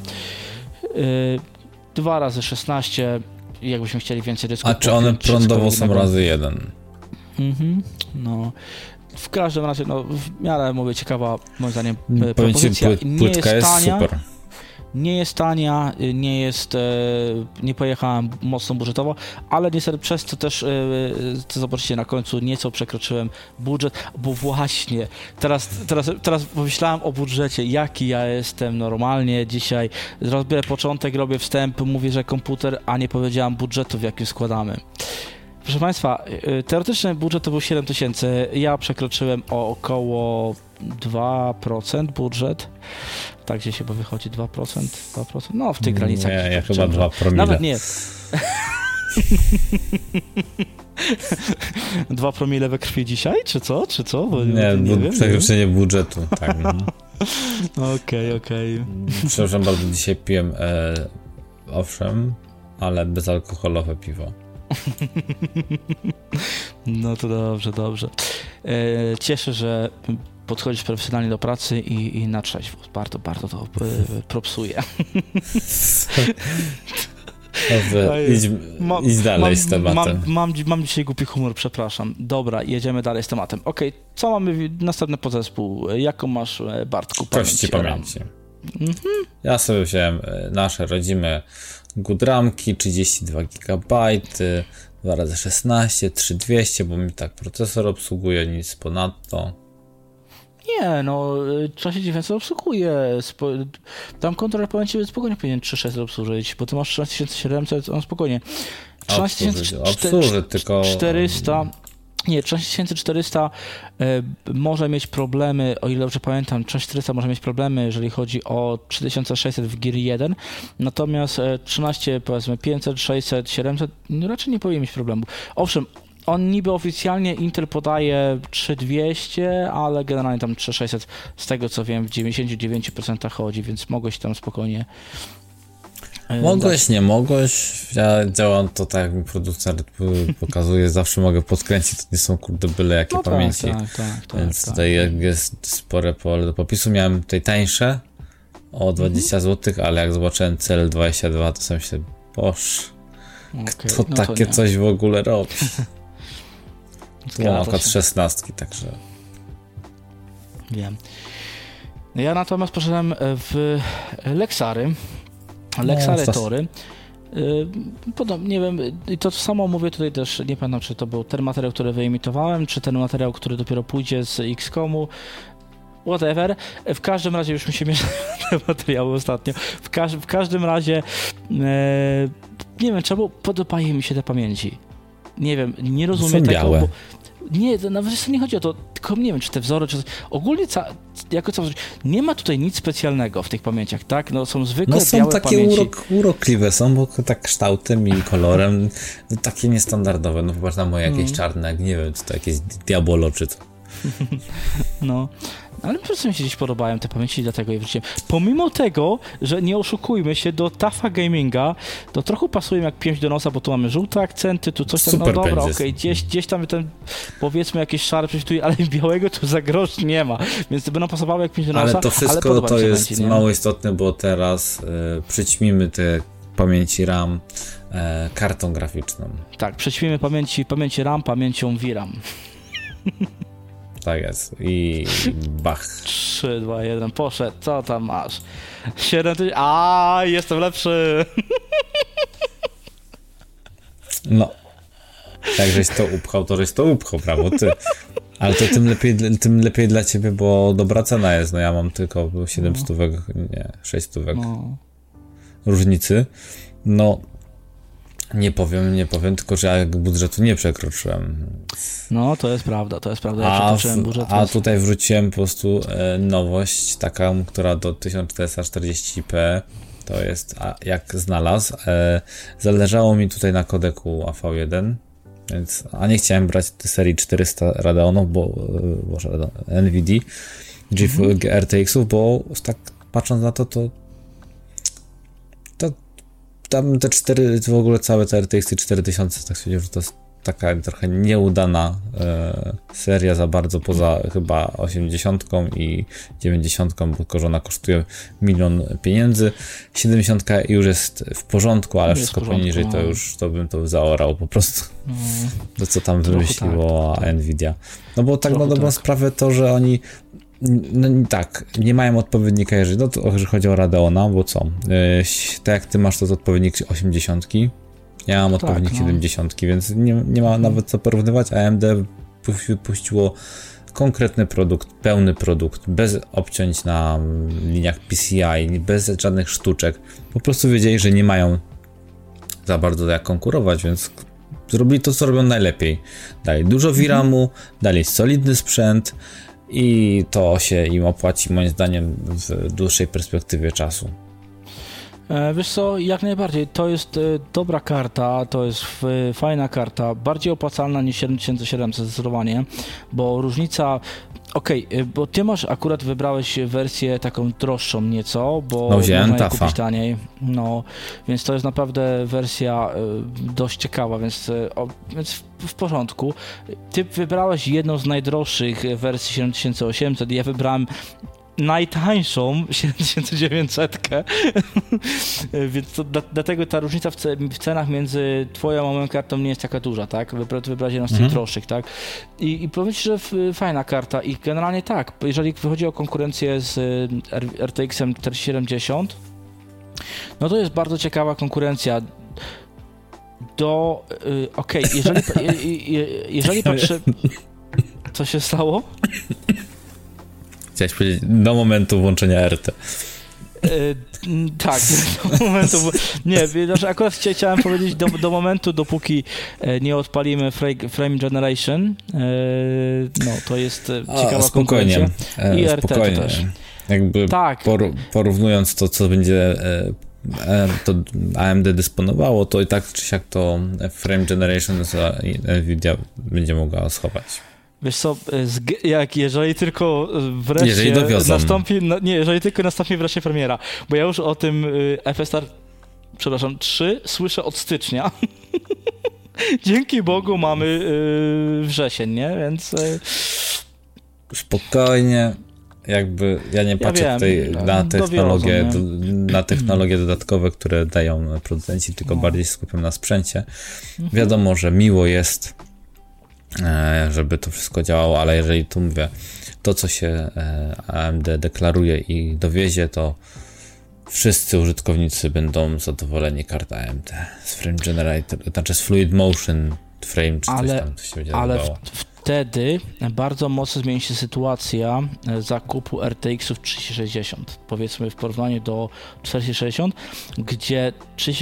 2 razy 16, jakbyśmy chcieli więcej dysków.
A czy one prądowo są razy 1?
No. W każdym razie, no, w miarę, mówię, ciekawa, moim zdaniem, propozycja.
Płytka jest tania, super.
Nie jest tania, nie pojechałem mocno budżetowo, ale niestety przez to też, co zobaczycie na końcu, nieco przekroczyłem budżet, bo właśnie teraz pomyślałem o budżecie, jaki ja jestem normalnie dzisiaj. Robię początek, robię wstęp, mówię, że komputer, a nie powiedziałem budżetu, w jakim składamy. Proszę Państwa, teoretyczny budżet to był 7 000, ja przekroczyłem o około 2% budżet, tak gdzieś chyba wychodzi 2%, no w tych granicach.
Nie, ja chyba 2 promile.
Nawet nie. 2 promile we krwi dzisiaj, czy co? Bo
nie wiem. Przekroczenie budżetu, tak.
Okej.
Przepraszam bardzo, dzisiaj piłem, owszem, ale bezalkoholowe piwo. No
to dobrze. Cieszę, że podchodzisz profesjonalnie do pracy i na trzeźwo. Bardzo to propsuję.
Dobrze, idź dalej z tematem.
Mam dzisiaj głupi humor, przepraszam. Dobra, jedziemy dalej z tematem. Co mamy następny podzespół? Jaką masz, Bartku,
kości pamięci? Ja sobie wziąłem nasze rodzime Goodramki, 32 GB, 2x16, 3200, bo mi tak procesor obsługuje, nic ponadto.
Nie, no, czasie 900 obsługuje. Tam kontroler pamięci spokojnie powinien 3600 obsłużyć, bo ty masz 13700, on spokojnie. 13400. Nie, 16400 może mieć problemy, o ile dobrze pamiętam, 13400 może mieć problemy, jeżeli chodzi o 3600 w Gear 1, natomiast 13, powiedzmy 500, 600, 700 raczej nie powinien mieć problemu. Owszem, On niby oficjalnie Intel podaje 3200, ale generalnie tam 3600 z tego co wiem w 99% chodzi, więc mogłeś tam spokojnie
mogłeś, nie mogłeś. Ja działam to tak, jak mi producent pokazuje, zawsze mogę podkręcić, to nie są kurde byle jakie pamięci.
Tak,
więc tutaj jest spore pole do popisu. Miałem tutaj tańsze o 20 zł, ale jak zobaczyłem CL22, to sam się kto takie coś w ogóle robi? Tu mam akurat 16, także...
Wiem. Ja natomiast poszedłem w Lexary Tory. Podobnie, nie wiem, i to samo mówię tutaj też, nie pamiętam, czy to był ten materiał, który wyemitowałem, czy ten materiał, który dopiero pójdzie z XCOMu, whatever. W każdym razie już mi się mieszają te materiały ostatnio. W każdym razie nie wiem, czemu podobają mi się te pamięci. Nie wiem, nie rozumiem tego, bo nie, nawet nie chodzi o to, tylko nie wiem, czy te wzory, czy ogólnie jako całość, nie ma tutaj nic specjalnego w tych pamięciach, tak? No są zwykłe białe pamięci.
Są takie urokliwe, są, bo tak kształtem i kolorem, no, takie niestandardowe, no popatrz na moje jakieś czarne, jak nie wiem, czy to jakieś Diabolo, czy co.
No, ale po prostu mi się gdzieś podobają te pamięci, dlatego je wrzuciłem. Pomimo tego, że nie oszukujmy się, do Tafa Gaminga to trochę pasuje jak pięść do nosa, bo tu mamy żółte akcenty, tu coś tam,
super,
no dobra, okej, gdzieś tam ten, powiedzmy, jakieś szare prześwituje, ale białego tu za grosz nie ma, więc to będą pasowały jak pięść do nosa.
Ale to wszystko to jest pamięci, mało istotne, bo teraz przyćmimy te pamięci RAM kartą graficzną.
Tak, przyćmimy pamięci RAM pamięcią VRAM.
Tak jest. I bach.
3, 2, 1, poszedł. Co tam masz? 7000. A, jestem lepszy.
No. Jak żeś to upchał, to żeś to upchał, brawo ty. Ale to tym lepiej dla ciebie, bo dobra cena jest. No ja mam tylko 7 stówek, nie, 6 stówek różnicy. No. Nie powiem, tylko że ja budżetu nie przekroczyłem.
No, to jest prawda, ja przekroczyłem budżet.
A tutaj wrzuciłem po prostu nowość, taką, która do 1440p, to jest, jak znalazł, zależało mi tutaj na kodeku AV1, więc, a nie chciałem brać serii 400 Radeonów, bo NVIDIA, RTX-ów, bo tak patrząc na to tam te 4, w ogóle całe te RTX 4000, tak się że to jest taka trochę nieudana seria za bardzo, poza chyba 80 i 90, bo tylko że ona kosztuje 1 000 000 pieniędzy. 70 już jest w porządku, ale wszystko poniżej to już to bym to zaorał po prostu. To co tam wymyśliło Nvidia. No bo tak na dobrą sprawę to, że oni tak, nie mają odpowiednika, jeżeli chodzi o Radeona, bo co? Tak jak ty masz to odpowiednik 80, ja mam odpowiednik 70, więc nie ma nawet co porównywać. AMD puściło konkretny produkt, pełny produkt, bez obciąć na liniach PCI, bez żadnych sztuczek. Po prostu wiedzieli, że nie mają za bardzo jak konkurować, więc zrobili to, co robią najlepiej. Dali dużo VRAM-u, dali solidny sprzęt, i to się im opłaci, moim zdaniem, w dłuższej perspektywie czasu.
Wiesz co, jak najbardziej, to jest dobra karta, to jest fajna karta, bardziej opłacalna niż 7700 zdecydowanie, bo różnica, bo ty akurat wybrałeś wersję taką droższą nieco, bo można je kupić taniej, więc to jest naprawdę wersja dość ciekawa, więc w porządku. Ty wybrałeś jedną z najdroższych wersji 7800 i ja wybrałem najtańszą 7900, więc to, dlatego ta różnica w cenach między twoją a moją kartą nie jest taka duża, tak? Wybrać jedną z tych droższych, tak? I powiem ci, że fajna karta i generalnie tak, jeżeli chodzi o konkurencję z RTX-em 4070, no to jest bardzo ciekawa konkurencja. Jeżeli patrzę... Co się stało?
Chciałeś powiedzieć do momentu włączenia RT.
Tak, do momentu. Nie, akurat chciałem powiedzieć do momentu, dopóki nie odpalimy Frame Generation. To jest ciekawa konkurencja. I RT
spokojnie.
też.
Jakby porównując to, co będzie to AMD dysponowało, to i tak czy siak to frame generation za Nvidia będzie mogła schować.
Wiesz co, jeżeli tylko wreszcie nastąpi, jeżeli tylko nastąpi wreszcie premiera, bo ja już o tym FSR 3 słyszę od stycznia. Dzięki Bogu mamy wrzesień, nie? Więc...
Spokojnie, jakby ja nie patrzę tutaj na technologie dodatkowe, które dają producenci, tylko bardziej skupiam na sprzęcie. Wiadomo, że miło jest, żeby to wszystko działało, ale jeżeli tu mówię, to co się AMD deklaruje i dowiezie, to wszyscy użytkownicy będą zadowoleni kartą AMD z Frame Generator, znaczy z Fluid Motion Frame, czy coś tam, co się będzie nazywało.
Wtedy bardzo mocno zmieni się sytuacja zakupu RTX-ów 3060, powiedzmy w porównaniu do 4060, gdzie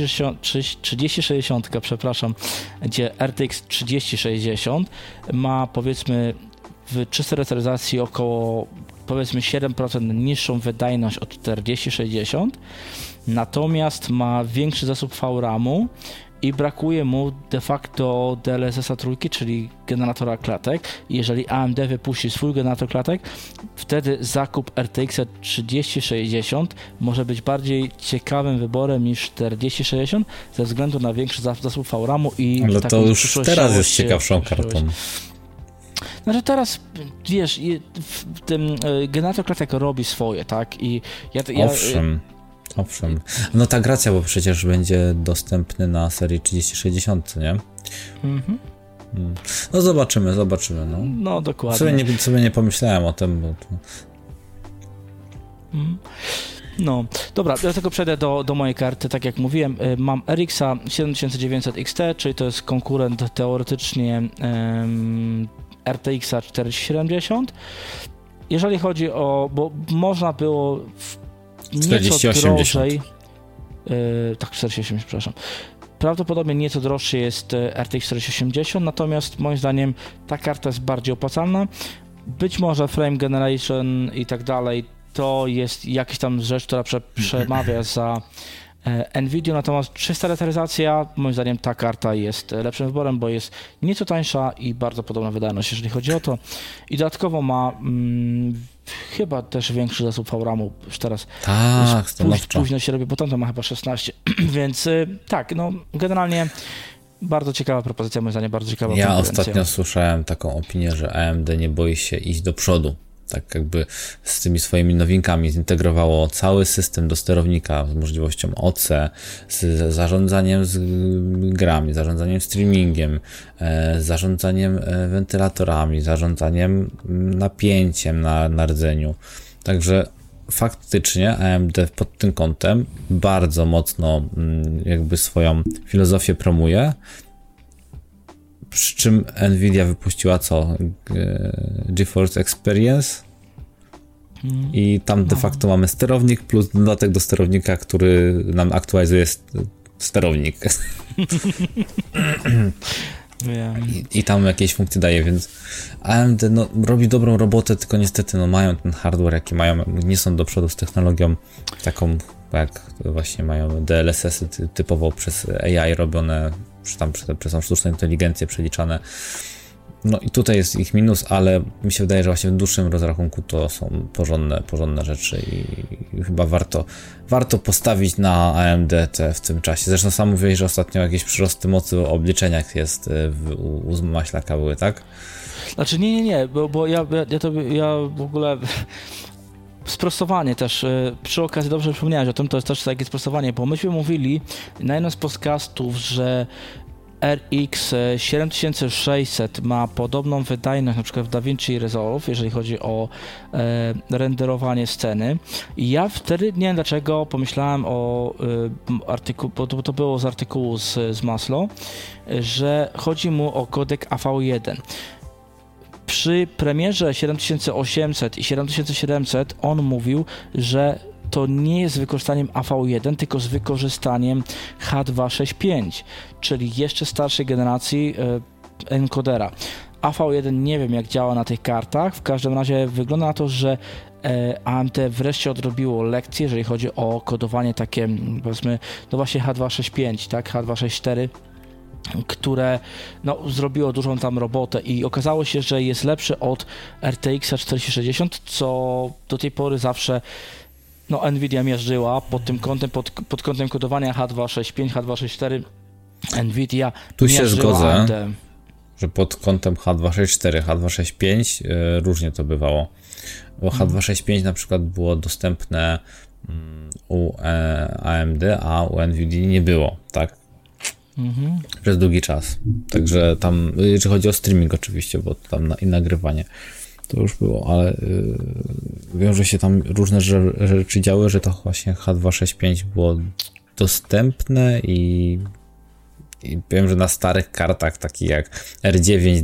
3060, gdzie RTX 3060 ma powiedzmy w czystej renderyzacji około powiedzmy 7% niższą wydajność od 4060, natomiast ma większy zasób VRAM-u i brakuje mu de facto DLSS-a trójki, czyli generatora klatek. Jeżeli AMD wypuści swój generator klatek, wtedy zakup RTX 3060 może być bardziej ciekawym wyborem niż 4060 ze względu na większy zasób VRAM-u i
ale to już teraz jest ciekawszą kartą.
Znaczy teraz, wiesz, w tym generator klatek robi swoje, tak? I
Owszem. No tak, racja, bo przecież będzie dostępny na serii 3060, nie? Mhm. No zobaczymy, no.
No dokładnie.
Sobie nie pomyślałem o tym, bo to...
No, dobra, ja tylko przejdę do mojej karty, tak jak mówiłem, mam RX-a 7900 XT, czyli to jest konkurent teoretycznie RTX-a 4070. Jeżeli chodzi o, bo można było nieco drożej, tak 4080, przepraszam. Prawdopodobnie nieco droższy jest RTX 4080, natomiast moim zdaniem ta karta jest bardziej opłacalna. Być może frame generation i tak dalej to jest jakaś tam rzecz, która przemawia za Nvidia, natomiast czysta renderyzacja, moim zdaniem ta karta jest lepszym wyborem, bo jest nieco tańsza i bardzo podobna wydajność, jeżeli chodzi o to. I dodatkowo ma chyba też większy zasób VRAM-u już teraz.
Tak,
późno się robi, bo tam to ma chyba 16, więc tak, no generalnie bardzo ciekawa propozycja, moim zdaniem, bardzo ciekawa
konkurencja. Ja ostatnio słyszałem taką opinię, że AMD nie boi się iść do przodu. Tak jakby z tymi swoimi nowinkami zintegrowało cały system do sterownika z możliwością OC, z zarządzaniem z grami, zarządzaniem streamingiem, zarządzaniem wentylatorami, zarządzaniem napięciem na rdzeniu. Także faktycznie AMD pod tym kątem bardzo mocno jakby swoją filozofię promuje. Przy czym Nvidia wypuściła GeForce Experience i tam de facto mamy sterownik plus dodatek do sterownika, który nam aktualizuje sterownik. I tam jakieś funkcje daje, więc AMD robi dobrą robotę, tylko niestety mają ten hardware, jaki mają, nie są do przodu z technologią taką, jak właśnie mają DLSS-y typowo przez AI robione, czy tam przez tą sztuczną inteligencję przeliczane. No i tutaj jest ich minus, ale mi się wydaje, że właśnie w dłuższym rozrachunku to są porządne rzeczy i chyba warto postawić na AMD w tym czasie. Zresztą sam mówiłeś, że ostatnio jakieś przyrosty mocy w obliczeniach u Maślaka były, tak?
Znaczy nie, bo ja w ogóle... Sprostowanie też, przy okazji dobrze przypomniałeś o tym, to jest też takie sprostowanie, bo myśmy mówili na jednym z podcastów, że RX 7600 ma podobną wydajność na przykład w DaVinci Resolve, jeżeli chodzi o renderowanie sceny. I ja wtedy, nie wiem dlaczego, pomyślałem o artykułu, bo to było z artykułu z Maslow, że chodzi mu o kodek AV1. Przy premierze 7800 i 7700 on mówił, że to nie jest z wykorzystaniem AV1, tylko z wykorzystaniem H265, czyli jeszcze starszej generacji encodera. AV1 nie wiem jak działa na tych kartach, w każdym razie wygląda na to, że AMD wreszcie odrobiło lekcję, jeżeli chodzi o kodowanie takie, powiedzmy, no właśnie H265, tak, H264, które no, zrobiło dużą tam robotę i okazało się, że jest lepszy od RTX 4060, co do tej pory zawsze no, Nvidia mierzyła pod tym kątem, pod kątem kodowania H265, H264 Nvidia
tu się
mierzyła
zgodzę,
AMD.
że pod kątem H264, H265 różnie to bywało, bo H265 na przykład było dostępne u AMD, a u Nvidia nie było, tak? Przez długi czas. Także tam, jeżeli chodzi o streaming oczywiście, bo tam i nagrywanie to już było, ale wiąże się tam różne rzeczy działy, że to właśnie H265 było dostępne i wiem, że na starych kartach takich jak R9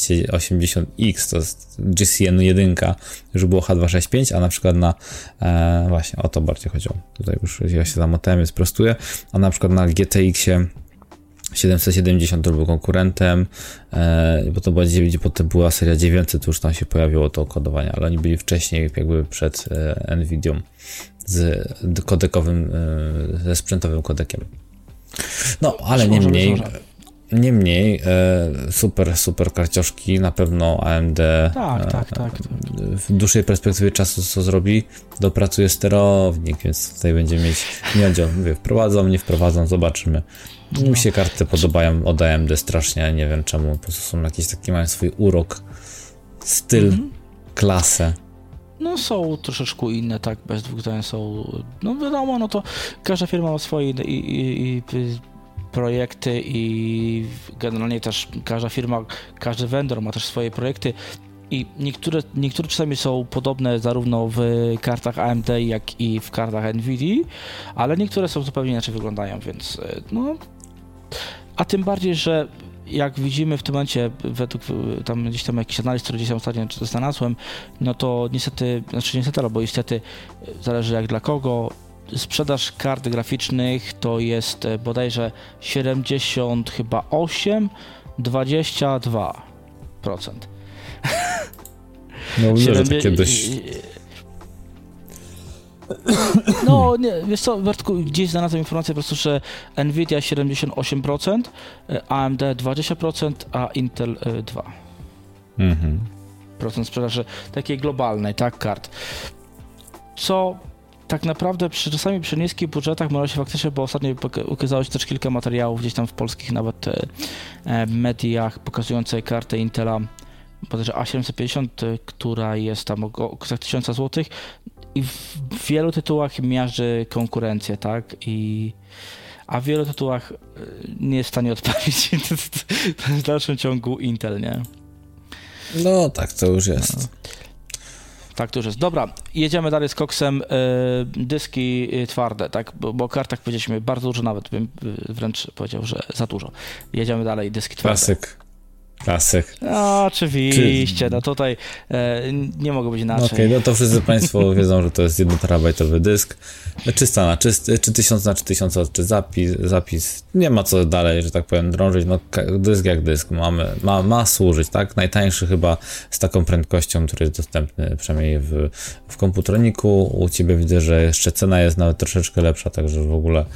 280X to jest GCN 1 już było H265, a na przykład na właśnie o to bardziej chodziło. Tutaj już ja się zamotałem, sprostuję, a na przykład na GTX-ie 770 to był konkurentem, bo to była 9, potem była seria 900, to już tam się pojawiło to kodowanie, ale oni byli wcześniej jakby przed Nvidią z kodekowym, ze sprzętowym kodekiem. No, ale niemniej super karcioszki, na pewno AMD
tak.
w dłuższej perspektywie czasu co zrobi, dopracuje sterownik, więc tutaj będziemy mieć miodzio, mówię, wprowadzą, nie wprowadzą, zobaczymy. Mi się karty podobają od AMD strasznie, nie wiem czemu, po prostu są jakieś takie, mają swój urok, styl, klasę.
No są troszeczkę inne, tak, bez dwóch zdań są, no wiadomo, no to każda firma ma swoje i projekty i generalnie też każda firma, każdy vendor ma też swoje projekty i niektóre czasami są podobne zarówno w kartach AMD, jak i w kartach Nvidia, ale niektóre są zupełnie inaczej wyglądają, więc no, a tym bardziej, że jak widzimy w tym momencie, według tam gdzieś tam jakiś analiz, który gdzieś tam ostatnio znalazłem, no to niestety, albo niestety, zależy jak dla kogo, sprzedaż kart graficznych to jest bodajże 78, 22%.
No mówię, że takie dość...
No, nie, wiesz co, Bartku, gdzieś znalazłem informację po prostu, że Nvidia 78%, AMD 20%, a Intel 2% sprzedaży takiej globalnej, tak, kart. Co tak naprawdę czasami przy niskich budżetach może się faktycznie, bo ostatnio ukazało się też kilka materiałów gdzieś tam w polskich nawet mediach pokazujących kartę Intela, bodajże A750, która jest tam około 1000 zł i w wielu tytułach miażdży konkurencję, tak? A w wielu tytułach nie jest w stanie odpalić w dalszym ciągu Intel, nie?
No tak, to już jest.
No. Tak, to już jest. Dobra, jedziemy dalej z koksem. Dyski twarde, tak? Bo o kartach powiedzieliśmy bardzo dużo, nawet bym wręcz powiedział, że za dużo. Jedziemy dalej, dyski twarde.
Klasyk.
No, oczywiście, no tutaj nie mogło być inaczej.
Okej, no to wszyscy Państwo wiedzą, że to jest 1 terabajtowy dysk, 300 na 300, czy 1000 na 3000, czy zapis, nie ma co dalej, że tak powiem, drążyć, no dysk jak dysk, ma służyć, tak? Najtańszy chyba z taką prędkością, który jest dostępny przynajmniej w komputroniku, u Ciebie widzę, że jeszcze cena jest nawet troszeczkę lepsza, także w ogóle...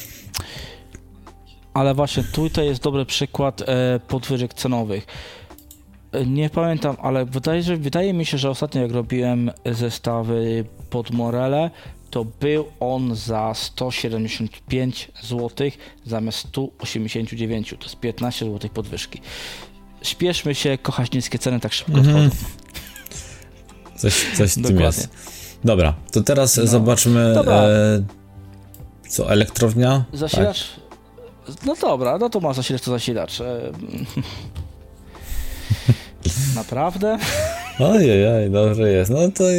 Ale właśnie tutaj jest dobry przykład podwyżek cenowych. Nie pamiętam, ale wydaje mi się, że ostatnio jak robiłem zestawy pod Morele, to był on za 175 zł zamiast 189, to jest 15 zł podwyżki. Śpieszmy się, kochać niskie ceny tak szybko odchodzą.
Coś w tym jest. Dobra, to teraz zobaczmy co, elektrownia?
Zasilacz? Tak. No dobra, no to ma zasilacz. Naprawdę?
Ojej, dobrze jest. No to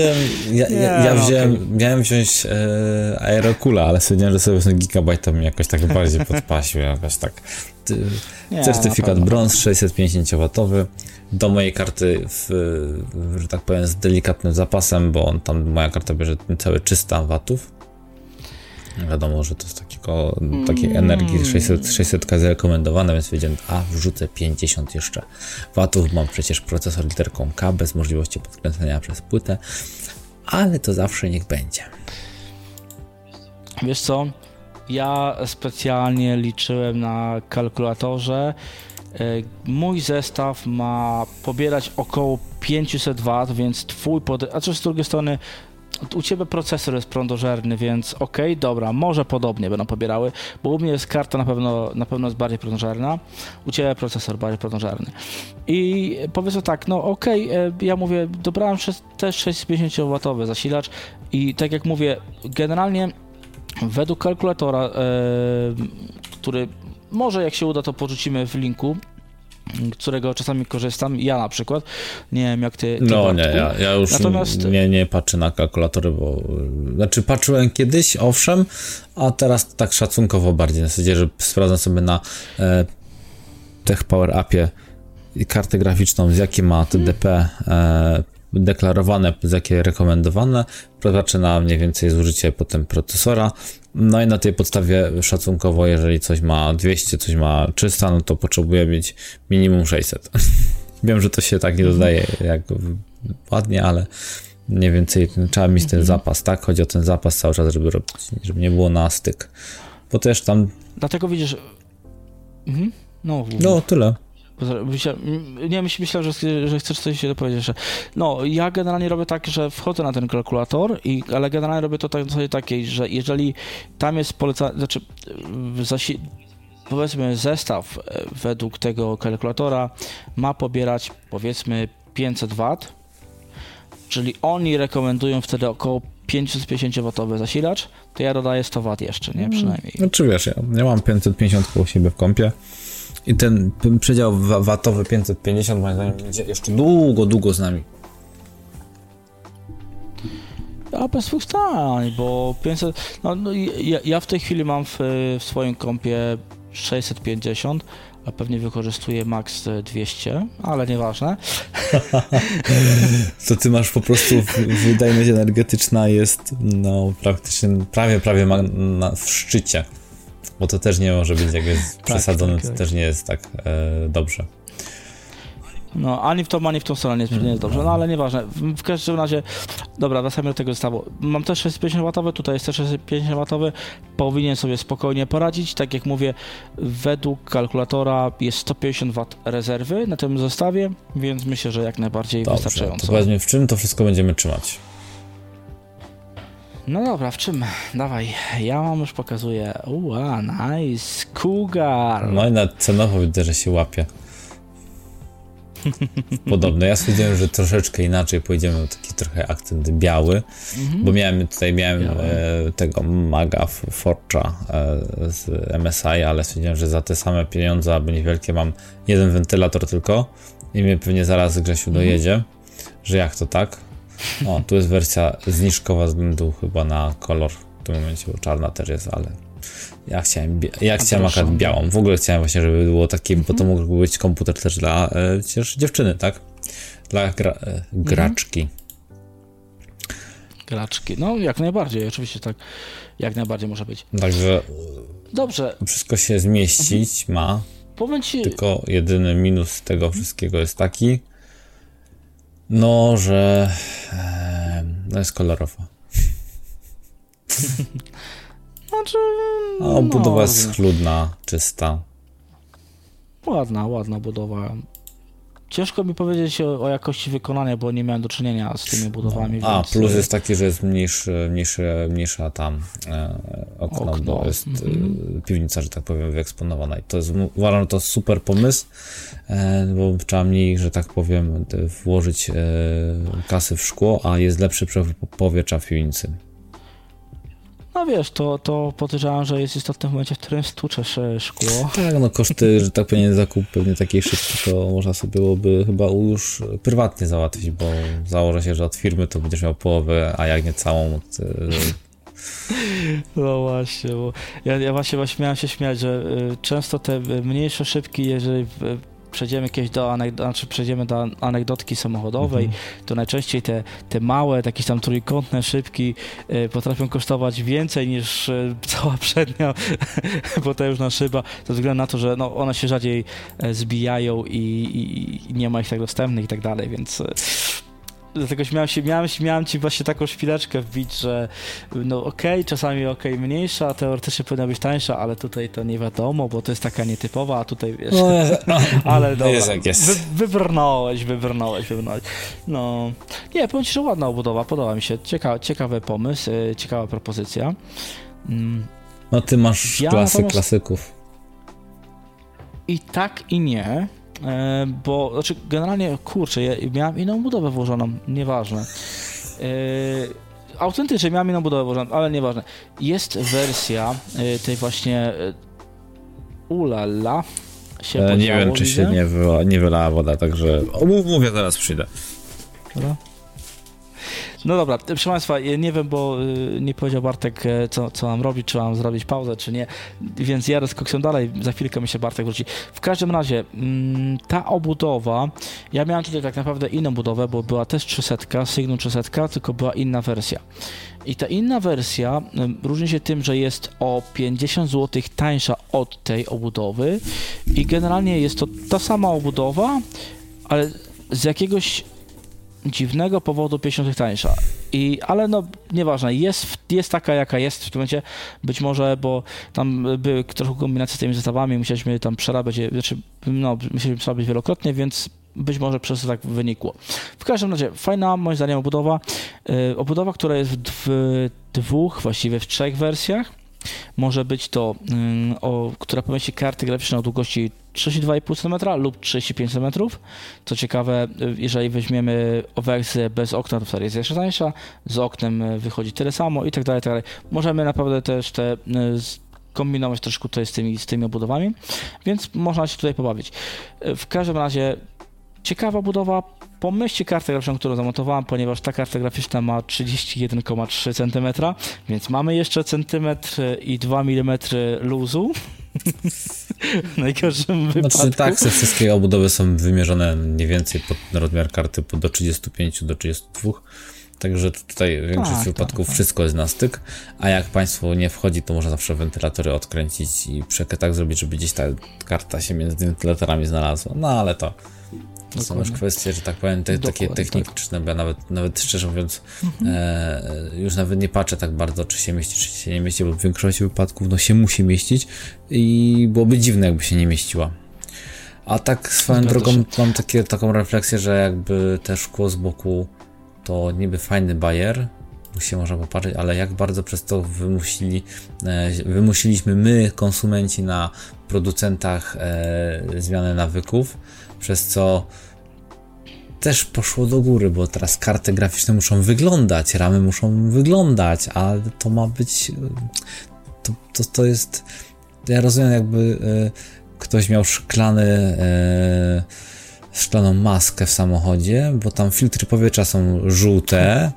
miałem wziąć Aerokula, ale stwierdziłem, że sobie ten gigabajt to mi jakoś tak bardziej podpasił, jakoś tak. Certyfikat brąz 650W do mojej karty, że tak powiem, z delikatnym zapasem, bo moja karta bierze całe 300 W. Wiadomo, że to jest takiej energii 600 zarekomendowane, więc wiedziałem, wrzucę 50 jeszcze watów, mam przecież procesor literką K bez możliwości podkręcenia przez płytę, ale to zawsze niech będzie.
Wiesz co, ja specjalnie liczyłem na kalkulatorze, mój zestaw ma pobierać około 500 W, więc z drugiej strony u Ciebie procesor jest prądożerny, więc dobra, może podobnie będą pobierały, bo u mnie jest karta na pewno jest bardziej prądożerna, u Ciebie procesor bardziej prądożerny. I powiedzmy tak, ja mówię, dobrałem też 650W zasilacz i tak jak mówię, generalnie według kalkulatora, który może jak się uda, to porzucimy w linku, którego czasami korzystam, ja na przykład, nie wiem jak ty
ja już nie patrzę na kalkulatory, bo patrzyłem kiedyś, owszem, a teraz tak szacunkowo bardziej, na zasadzie, że sprawdzam sobie na Tech Power Appie kartę graficzną, z jakie ma TDP deklarowane, z jakie rekomendowane, patrzę na mniej więcej zużycie potem procesora, no i na tej podstawie szacunkowo, jeżeli coś ma 200, coś ma 300, no to potrzebuje mieć minimum 600. Wiem, że to się tak nie dodaje jak ładnie, ale mniej więcej trzeba mieć ten zapas, tak? Chodzi o ten zapas cały czas, żeby robić, żeby nie było na styk. Bo też tam...
Dlatego widzisz...
No, tyle.
Myślałem, że chcesz coś dopowiedzieć, że ja generalnie robię tak, że wchodzę na ten kalkulator, ale generalnie robię to tak na zasadzie takiej, że jeżeli tam jest powiedzmy zestaw według tego kalkulatora ma pobierać powiedzmy 500 W, czyli oni rekomendują wtedy około 550W zasilacz, to ja dodaję 100 W jeszcze, nie? Przynajmniej.
Znaczy wiesz, ja mam 550 koło siebie w kompie. I ten przedział watowy 550 moim zdaniem będzie jeszcze długo z nami.
Ja bez dwóch stań, bo 500... Ja w tej chwili mam w swoim kompie 650, a pewnie wykorzystuję max 200, ale nieważne.
To ty masz po prostu wydajność energetyczna jest praktycznie prawie w szczycie. Bo to też nie może być, jak jest przesadzone, to też nie jest tak dobrze.
Ani w tą stronę nie jest dobrze, ale nieważne. W każdym razie, dobra, wracamy do tego zestawu. Mam też 650W, tutaj jest też 650W, powinien sobie spokojnie poradzić. Tak jak mówię, według kalkulatora jest 150W rezerwy na tym zestawie, więc myślę, że jak najbardziej wystarczająco.
To powiedzmy, w czym to wszystko będziemy trzymać?
No dobra, w czym? Dawaj, ja wam już pokazuję. Nice, Cougar.
No i na cenowo widzę, że się łapie. Podobne. Ja stwierdziłem, że troszeczkę inaczej pojedziemy, taki trochę akcent biały, bo miałem tego Maga Forge'a z MSI, ale stwierdziłem, że za te same pieniądze, aby niewielkie, mam jeden wentylator tylko i mnie pewnie zaraz Grzesiu dojedzie, że jak to tak? Tu jest wersja zniżkowa ze względu chyba na kolor w tym momencie, bo czarna też jest, ale ja chciałem akurat białą. W ogóle chciałem właśnie, żeby było takie, bo to mógł być komputer też dla dziewczyny, tak? Dla graczki.
Graczki, jak najbardziej, oczywiście tak, jak najbardziej może być.
Także
dobrze.
Wszystko się zmieścić ma, tylko jedyny minus tego wszystkiego jest taki, że jest kolorowa. Budowa jest schludna, czysta.
Ładna budowa. Ciężko mi powiedzieć o jakości wykonania, bo nie miałem do czynienia z tymi budowami.
Więc... plus jest taki, że jest mniejsza tam okno, bo jest piwnica, że tak powiem, wyeksponowana. I to jest, uważam, że to super pomysł, bo trzeba mniej, że tak powiem, włożyć kasy w szkło, a jest lepszy przepływ powietrza w piwnicy.
Wiesz, to podejrzewam, że jest istotne w momencie, w którym stłuczesz szkło.
Tak, koszty, że tak powiem, zakup pewnie takiej szybki, to można sobie byłoby chyba już prywatnie załatwić, bo założę się, że od firmy to będziesz miał połowę, a jak nie całą.
No właśnie, bo ja właśnie miałem się śmiać, że często te mniejsze szybki, jeżeli przejdziemy kiedyś przejdziemy do anegdotki samochodowej, to najczęściej te małe, takie tam trójkątne szybki potrafią kosztować więcej niż cała przednia potężna szyba, ze względu na to, że no, one się rzadziej zbijają i nie ma ich tak dostępnych i tak dalej, więc dlatego miałem ci właśnie taką szpileczkę wbić, że no okej, czasami mniejsza, teoretycznie powinna być tańsza, ale tutaj to nie wiadomo, bo to jest taka nietypowa, a tutaj wiesz, ale dobra,
jest jak jest.
Wybrnąłeś. No, nie, powiem ci, że ładna obudowa, podoba mi się, ciekawy pomysł, ciekawa propozycja.
No ty masz klasyków.
I tak i nie. Bo, znaczy generalnie, kurczę, ja miałem inną budowę włożoną, nieważne. Autentycznie miałem inną budowę włożoną, ale nieważne. Jest wersja tej właśnie ulala się podziało,
nie wiem, czy się nie wylała woda, także mówię, zaraz przyjdę.
Dobra. No dobra, proszę Państwa, nie wiem, bo nie powiedział Bartek, co mam robić, czy mam zrobić pauzę, czy nie, więc ja rozkoksam dalej, za chwilkę mi się Bartek wróci. W każdym razie, ta obudowa, ja miałem tutaj tak naprawdę inną budowę, bo była też 300, Signum 300, tylko była inna wersja. I ta inna wersja różni się tym, że jest o 50 zł tańsza od tej obudowy i generalnie jest to ta sama obudowa, ale z jakiegoś dziwnego powodu 50 zł tańsza. Ale no nieważne, jest taka jaka jest w tym momencie, być może, bo tam były trochę kombinacje z tymi zestawami, musieliśmy tam przerabiać, musieliśmy przerabiać wielokrotnie, więc być może przez to tak wynikło. W każdym razie fajna moim zdaniem obudowa, która jest w dwóch, właściwie w trzech wersjach. Może być to, która pomieści karty graficzne o długości 32,5 cm lub 35 cm. Co ciekawe, jeżeli weźmiemy wersję bez okna, to wtedy jest jeszcze tańsza, z oknem wychodzi tyle samo i tak dalej, tak dalej. Możemy naprawdę też kombinować troszkę tutaj z tymi obudowami, więc można się tutaj pobawić. W każdym razie ciekawa budowa. Pomyślcie kartę graficzną, którą zamontowałem, ponieważ ta karta graficzna ma 31,3 cm, więc mamy jeszcze centymetr i 2 mm luzu. W najgorszym wypadku.
Znaczy tak, te wszystkie obudowy są wymierzone mniej więcej pod rozmiar karty do 35, do 32. Także tutaj w większości wypadków wszystko jest na styk, a jak Państwu nie wchodzi, to można zawsze wentylatory odkręcić i tak zrobić, żeby gdzieś ta karta się między wentylatorami znalazła. No ale to są już kwestie, że tak powiem, takie techniczne, bo ja nawet szczerze mówiąc już nawet nie patrzę tak bardzo, czy się mieści, czy się nie mieści, bo w większości wypadków no się musi mieścić i byłoby dziwne, jakby się nie mieściła. A tak swoją drogą mam taką refleksję, że jakby te szkło z boku to niby fajny bajer, się można popatrzeć, ale jak bardzo przez to wymusiliśmy my, konsumenci, na producentach zmianę nawyków, przez co też poszło do góry, bo teraz karty graficzne muszą wyglądać, ramy muszą wyglądać, a to ma być to jest, ja rozumiem, jakby ktoś miał szklaną maskę w samochodzie, bo tam filtry powietrza są żółte,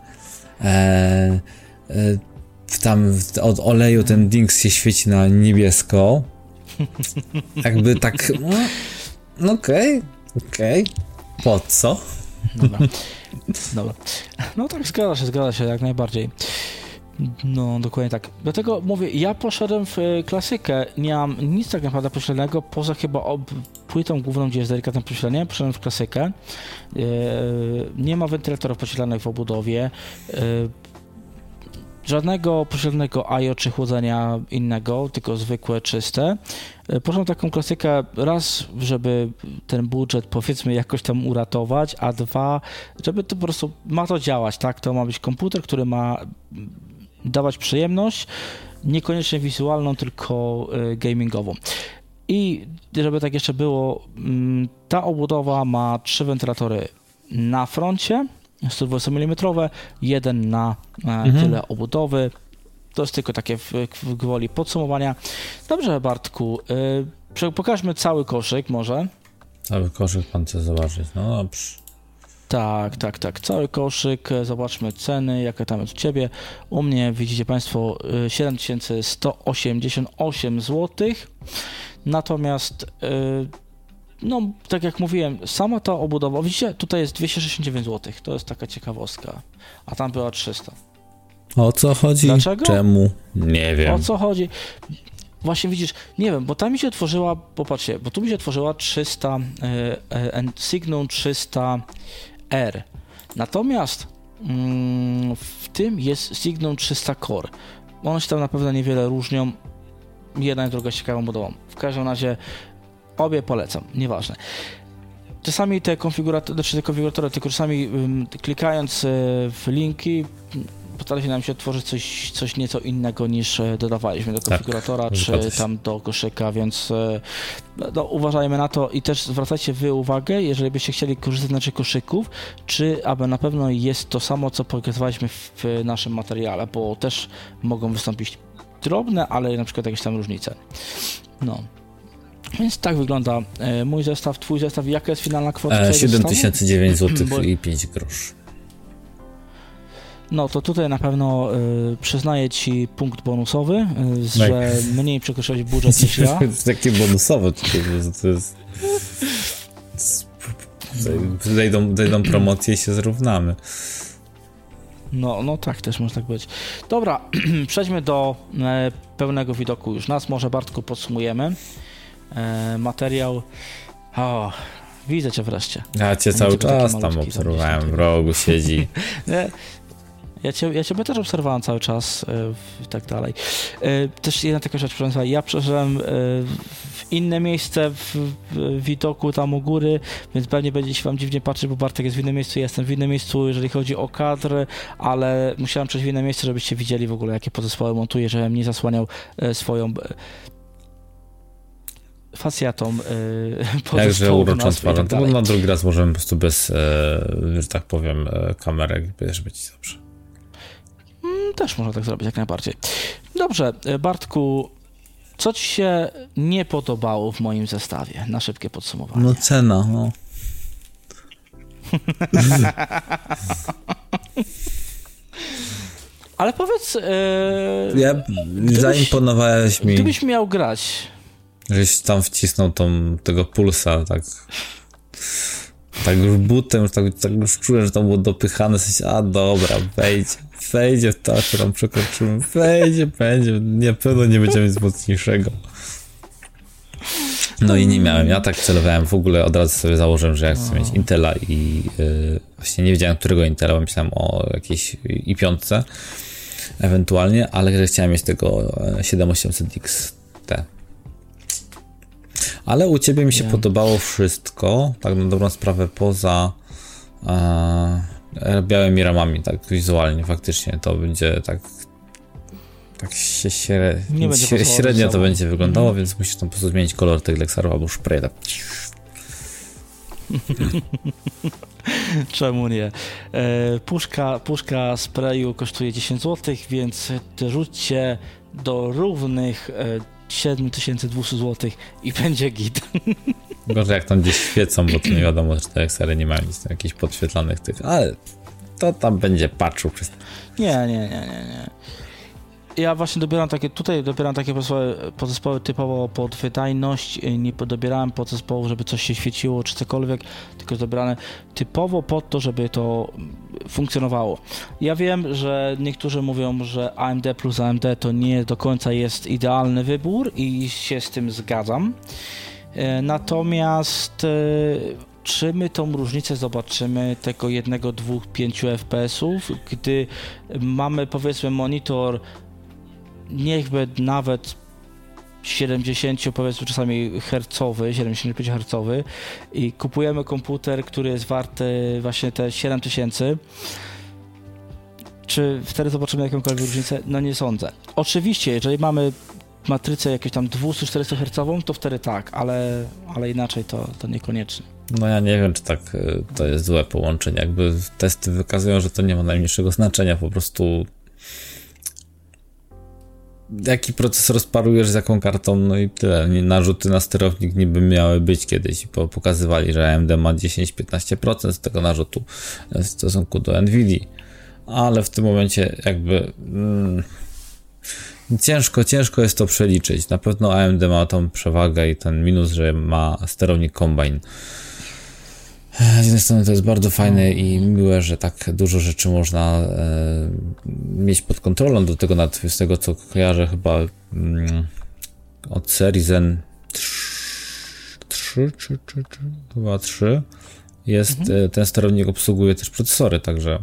tam od oleju ten dings się świeci na niebiesko, jakby tak okej, po co?
Dobra. No tak, zgadza się jak najbardziej. No, dokładnie tak. Dlatego mówię, ja poszedłem w klasykę, nie mam nic tak naprawdę pośredniego, poza chyba płytą główną, gdzie jest delikatne pośrednie, poszedłem w klasykę. Nie ma wentylatorów pośrednich w obudowie, żadnego pośredniego IO czy chłodzenia innego, tylko zwykłe, czyste. Poszedłem taką klasykę raz, żeby ten budżet powiedzmy jakoś tam uratować, a dwa, żeby to po prostu ma to działać, tak? To ma być komputer, który ma dawać przyjemność, niekoniecznie wizualną, tylko gamingową. I żeby tak jeszcze było, ta obudowa ma 3 wentylatory na froncie, 120 mm, jeden na tyle obudowy. To jest tylko takie w gwoli podsumowania. Dobrze, Bartku, pokażmy cały koszyk może.
Cały koszyk pan chce zobaczyć, no dobrze.
Tak. Cały koszyk, zobaczmy ceny, jakie tam jest u Ciebie. U mnie widzicie Państwo 7188 zł. Natomiast No, tak jak mówiłem, sama ta obudowa, widzicie, tutaj jest 269 zł, to jest taka ciekawostka, a tam była 300.
O co chodzi?
Dlaczego?
Czemu? Nie wiem.
O co chodzi? Właśnie widzisz, nie wiem, bo tam mi się tworzyła, popatrzcie, bo tu mi się tworzyła 300, Signum 300R, natomiast w tym jest Signum 300 Core. One się tam na pewno niewiele różnią, jedna i druga z ciekawą budową. W każdym razie obie polecam, nieważne. Czasami te konfiguratory, tylko czasami klikając w linki potrafi nam się tworzyć coś nieco innego niż dodawaliśmy do konfiguratora, czy tam do koszyka, więc no, uważajmy na to i też zwracajcie wy uwagę, jeżeli byście chcieli korzystać z naszych koszyków, czy aby na pewno jest to samo, co pokazywaliśmy w naszym materiale, bo też mogą wystąpić drobne, ale na przykład jakieś tam różnice. No. Więc tak wygląda mój zestaw, twój zestaw. Jaka jest finalna kwota?
7009 zł i 5 groszy.
No to tutaj na pewno przyznaję ci punkt bonusowy, że mniej przekroczyłeś budżet niż ja.
Takie bonusowe, to jest... Zejdą promocje i się zrównamy.
No tak, też może tak być. Dobra, przejdźmy do pełnego widoku już nas. Może, Bartku, podsumujemy materiał. O, widzę cię wreszcie.
Ja cię cały czas tam obserwowałem, w rogu siedzi.
Ja ciebie też obserwowałem cały czas i tak dalej. Też jedna taka rzecz, proszę Państwa, ja przeszedłem w inne miejsce w widoku tam u góry, więc pewnie będzie się wam dziwnie patrzeć, bo Bartek jest w innym miejscu, ja jestem w innym miejscu, jeżeli chodzi o kadr, ale musiałem przejść w inne miejsce, żebyście widzieli w ogóle, jakie podzespoły montuję, żebym nie zasłaniał swoją facjatą
Jakże urocząco, tak na drugi raz możemy po prostu bez, że tak powiem, kamerek, też będzie dobrze.
Też można tak zrobić, jak najbardziej. Dobrze, Bartku, co ci się nie podobało w moim zestawie? Na szybkie podsumowanie.
No cena, no.
Ale powiedz...
zaimponowałeś mi...
Gdybyś miał grać...
Żeś tam wcisnął tego pulsa, tak już butem, tak już czułem, że to było dopychane, dobra, wejdzie w to, co tam przekroczymy, będzie, nie, pewno nie będziemy nic mocniejszego. No i nie miałem, ja tak celowałem, w ogóle od razu sobie założyłem, że ja chcę mieć Intela i właśnie nie wiedziałem, którego Intela, bo myślałem o jakiejś i5 ewentualnie, ale że chciałem mieć tego 7800 XT. Ale u ciebie mi się podobało wszystko, tak na dobrą sprawę, poza białymi ramami, tak wizualnie, faktycznie to będzie tak się średnio to będzie wyglądało, więc musisz tam po prostu zmienić kolor tych Lexarów albo spray. Tak.
Czemu nie? Puszka sprayu kosztuje 10 zł, więc rzućcie do równych 7200 zł i będzie git.
Gorzej jak tam gdzieś świecą, bo to nie wiadomo, że te Lexary nie mają nic jakichś podświetlanych tych, ale to tam będzie patrzył przez...
Nie. Ja właśnie dobieram takie podzespoły typowo pod wydajność, nie dobierałem podzespołów, żeby coś się świeciło czy cokolwiek, tylko dobierane typowo pod to, żeby to funkcjonowało. Ja wiem, że niektórzy mówią, że AMD plus AMD to nie do końca jest idealny wybór i się z tym zgadzam. Natomiast czy my tą różnicę zobaczymy tego 1, 2, 5 FPS-ów, gdy mamy, powiedzmy, monitor niechby nawet 70, powiedzmy czasami hercowy, 75 hercowy i kupujemy komputer, który jest warty właśnie te 7000, czy wtedy zobaczymy jakąkolwiek różnicę? No nie sądzę. Oczywiście, jeżeli mamy matrycę jakąś tam 200-400 hercową, to wtedy tak, ale inaczej to niekoniecznie.
No ja nie wiem, czy tak to jest złe połączenie. Jakby testy wykazują, że to nie ma najmniejszego znaczenia, po prostu jaki procesor sparujesz z jaką kartą, no i tyle. Narzuty na sterownik niby miały być kiedyś, bo pokazywali, że AMD ma 10-15% z tego narzutu w stosunku do Nvidia, ale w tym momencie jakby Ciężko jest to przeliczyć. Na pewno AMD ma tą przewagę i ten minus, że ma sterownik Combine. Z jednej strony to jest bardzo fajne i miłe, że tak dużo rzeczy można mieć pod kontrolą. Do tego nawet z tego, co kojarzę, chyba od serii Zen 3 chyba 3 jest, ten sterownik obsługuje też procesory, także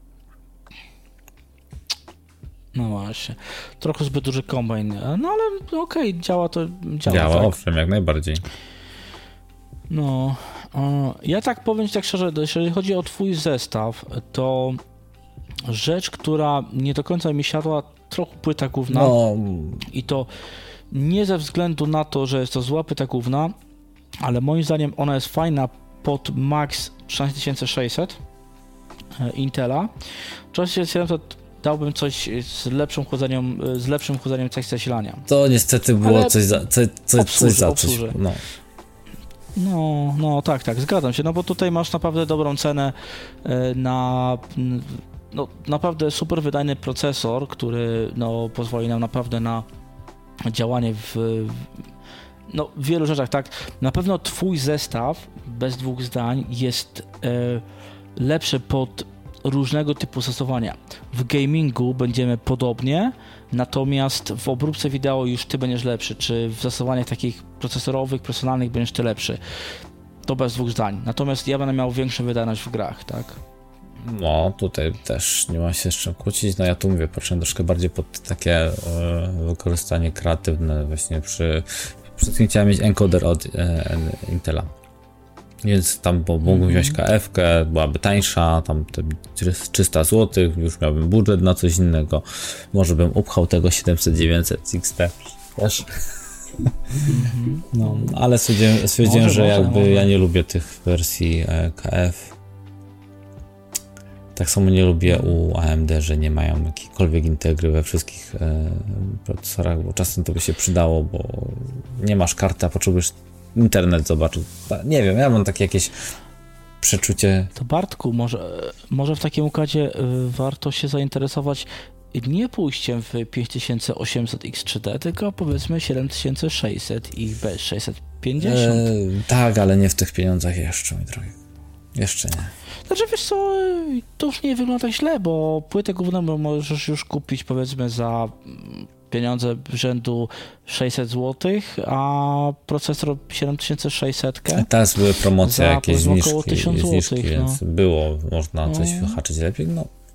no właśnie. Trochę zbyt duży kombajn. No ale okej, działa to.
Działa,
tak.
owszem, jak najbardziej.
No, ja tak powiem tak szczerze, jeżeli chodzi o twój zestaw, to rzecz, która nie do końca mi siadła, trochę płyta główna.
No.
I to nie ze względu na to, że jest to zła płyta główna, ale moim zdaniem ona jest fajna pod max 13600 Intela. 13700 dałbym coś z lepszym chłodzeniem cech zasilania.
To niestety było ale coś za coś.
No, tak, zgadzam się, no bo tutaj masz naprawdę dobrą cenę na naprawdę super wydajny procesor, który pozwoli nam naprawdę na działanie w wielu rzeczach, tak. Na pewno twój zestaw, bez dwóch zdań, jest lepszy pod różnego typu zastosowania. W gamingu będziemy podobnie, natomiast w obróbce wideo już ty będziesz lepszy, czy w zastosowaniach takich procesorowych, personalnych będziesz ty lepszy. To bez dwóch zdań. Natomiast ja będę miał większą wydajność w grach, tak?
No, tutaj też nie ma się z czym kłócić. No ja tu mówię, patrzę troszkę bardziej pod takie wykorzystanie kreatywne właśnie przed chwilą chciałem mieć encoder od Intela. Więc tam mógłbym wziąć KF-kę, byłaby tańsza, tam te 300 zł, już miałbym budżet na coś innego. Może bym upchał tego 700-900 XT też. No, ale stwierdziłem, że jakby ja nie lubię tych wersji KF. Tak samo nie lubię u AMD, że nie mają jakiejkolwiek integry we wszystkich procesorach, bo czasem to by się przydało, bo nie masz karty, a potrzebujesz internet zobaczyć. Nie wiem, ja mam takie jakieś przeczucie.
To Bartku, może w takim układzie warto się zainteresować nie pójściem w 5800 X3D, tylko powiedzmy 7600 i bez 650.
Tak, ale nie w tych pieniądzach jeszcze, mój drogi. Jeszcze nie.
Znaczy, wiesz co, to już nie wygląda tak źle, bo płytę główną możesz już kupić powiedzmy za pieniądze rzędu 600 zł, a procesor 7600.
Teraz były promocje, jakieś zniżki,
około 1000 zł,
więc było, można coś wyhaczyć lepiej,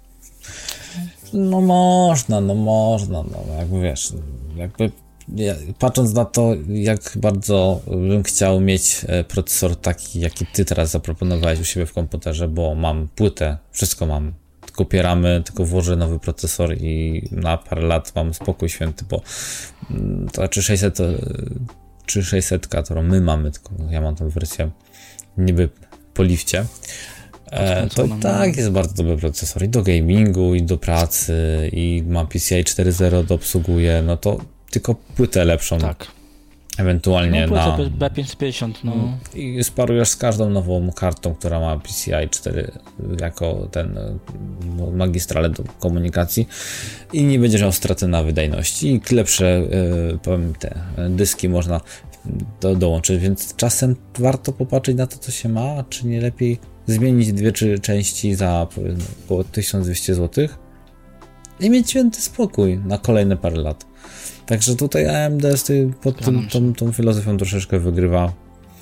no można, jakby wiesz, jakby patrząc na to, jak bardzo bym chciał mieć procesor taki, jaki ty teraz zaproponowałeś u siebie w komputerze, bo mam płytę, wszystko mam, tylko opieramy, tylko włożę nowy procesor i na parę lat mam spokój święty, bo to 3600, którą my mamy, tylko ja mam tą wersję niby po lifcie, to tak jest bardzo dobry procesor i do gamingu, i do pracy, i mam PCI 4.0 do obsługuje, no to tylko płytę lepszą. Tak. Ewentualnie
na B550,
i sparujesz z każdą nową kartą, która ma PCI 4 jako ten magistrale do komunikacji i nie będziesz miał straty na wydajności i lepsze te dyski można dołączyć, więc czasem warto popatrzeć na to, co się ma, czy nie lepiej zmienić 2-3 części za około 1200 zł i mieć święty spokój na kolejne parę lat. Także tutaj AMD pod tą filozofią troszeczkę wygrywa.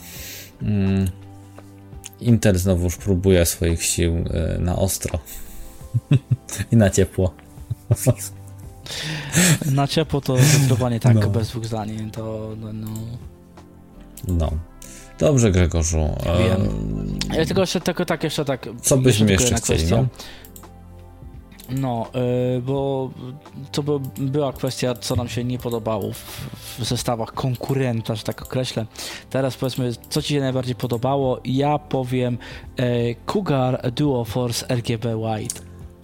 Intel znowuż próbuje swoich sił na ostro i na ciepło.
Na ciepło to zdecydowanie tak, bez dwóch zdań.
No. Dobrze, Grzegorzu.
Ja tylko jeszcze tak.
Co byśmy jeszcze chcieli?
Bo to była kwestia, co nam się nie podobało w zestawach konkurenta, że tak określę. Teraz powiedzmy, co ci się najbardziej podobało. Ja powiem Cougar Duoforce RGB White.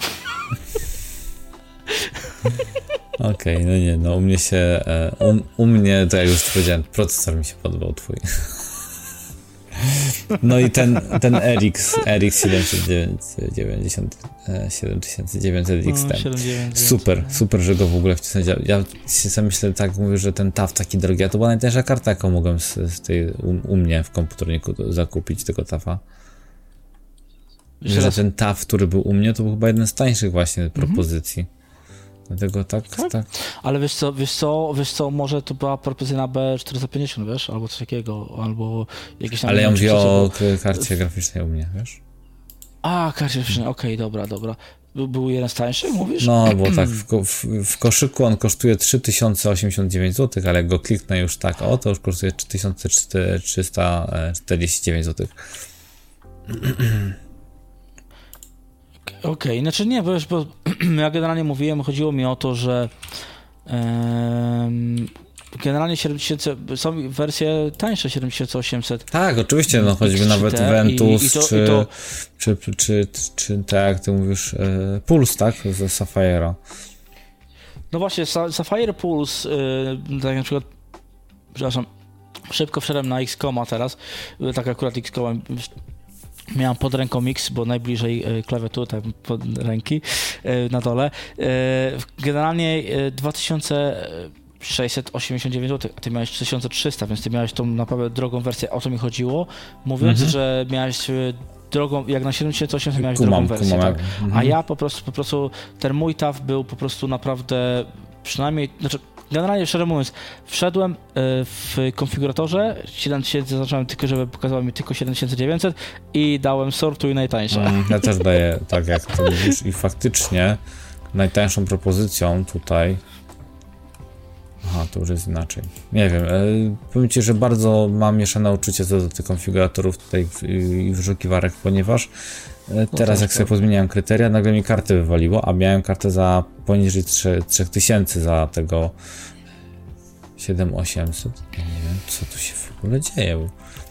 Okej, u mnie się, u mnie, to jak już powiedziałem, procesor mi się podobał twój. No i ten RX 7900 XT. Super, że go w ogóle wcisnąć. Ja sobie myślę, tak mówię, że ten TAF taki drogi, a to była najtańsza karta, jaką mogłem z tej u mnie w komputerniku zakupić tego TAFa. Że ten TAF, który był u mnie, to był chyba jeden z tańszych właśnie propozycji. Dlatego tak.
Ale wiesz co, może to była propozycja na B450, wiesz, albo coś takiego, albo jakieś tam...
Ale ja mówię o karcie graficznej u mnie, wiesz?
A, karcie graficznej, okej, dobra. Był jeden z tańszych, mówisz?
No, bo tak, w koszyku on kosztuje 3089 zł, ale jak go kliknę już tak, to już kosztuje 3349 zł.
Okej, znaczy nie, bo ja generalnie mówiłem, chodziło mi o to, że generalnie 7000, są wersje tańsze 7800.
Tak, oczywiście, no choćby nawet Ventus, czy tak jak ty mówisz, Pulse, tak, ze Sapphire'a.
No właśnie, Sapphire Pulse, tak na przykład, przepraszam, szybko wszedłem na XCOMa teraz, tak akurat XCOM miałem pod ręką Mix, bo najbliżej klawiatury, tak pod ręki na dole. Generalnie 2689 zł, a ty miałeś 3300, więc ty miałeś tą naprawdę drogą wersję, o to mi chodziło, mówiąc, że miałeś drogą, jak na 7800 miałeś drogą wersję, tak? A ja po prostu ten mój TAF był po prostu naprawdę, przynajmniej, znaczy generalnie szczerze mówiąc, wszedłem w konfiguratorze, 7000 zacząłem tylko, żeby pokazało mi tylko 7900 i dałem sortuj najtańsze.
Ja też daję tak jak to mówisz i faktycznie najtańszą propozycją tutaj, to już jest inaczej. Nie wiem, powiem ci, że bardzo mam mieszane uczucie co do tych konfiguratorów tutaj i wyszukiwarek, ponieważ teraz jak sobie pozmieniałem kryteria, nagle mi kartę wywaliło, a miałem kartę za poniżej 3000 za tego 7800. Ja nie wiem, co tu się w ogóle dzieje.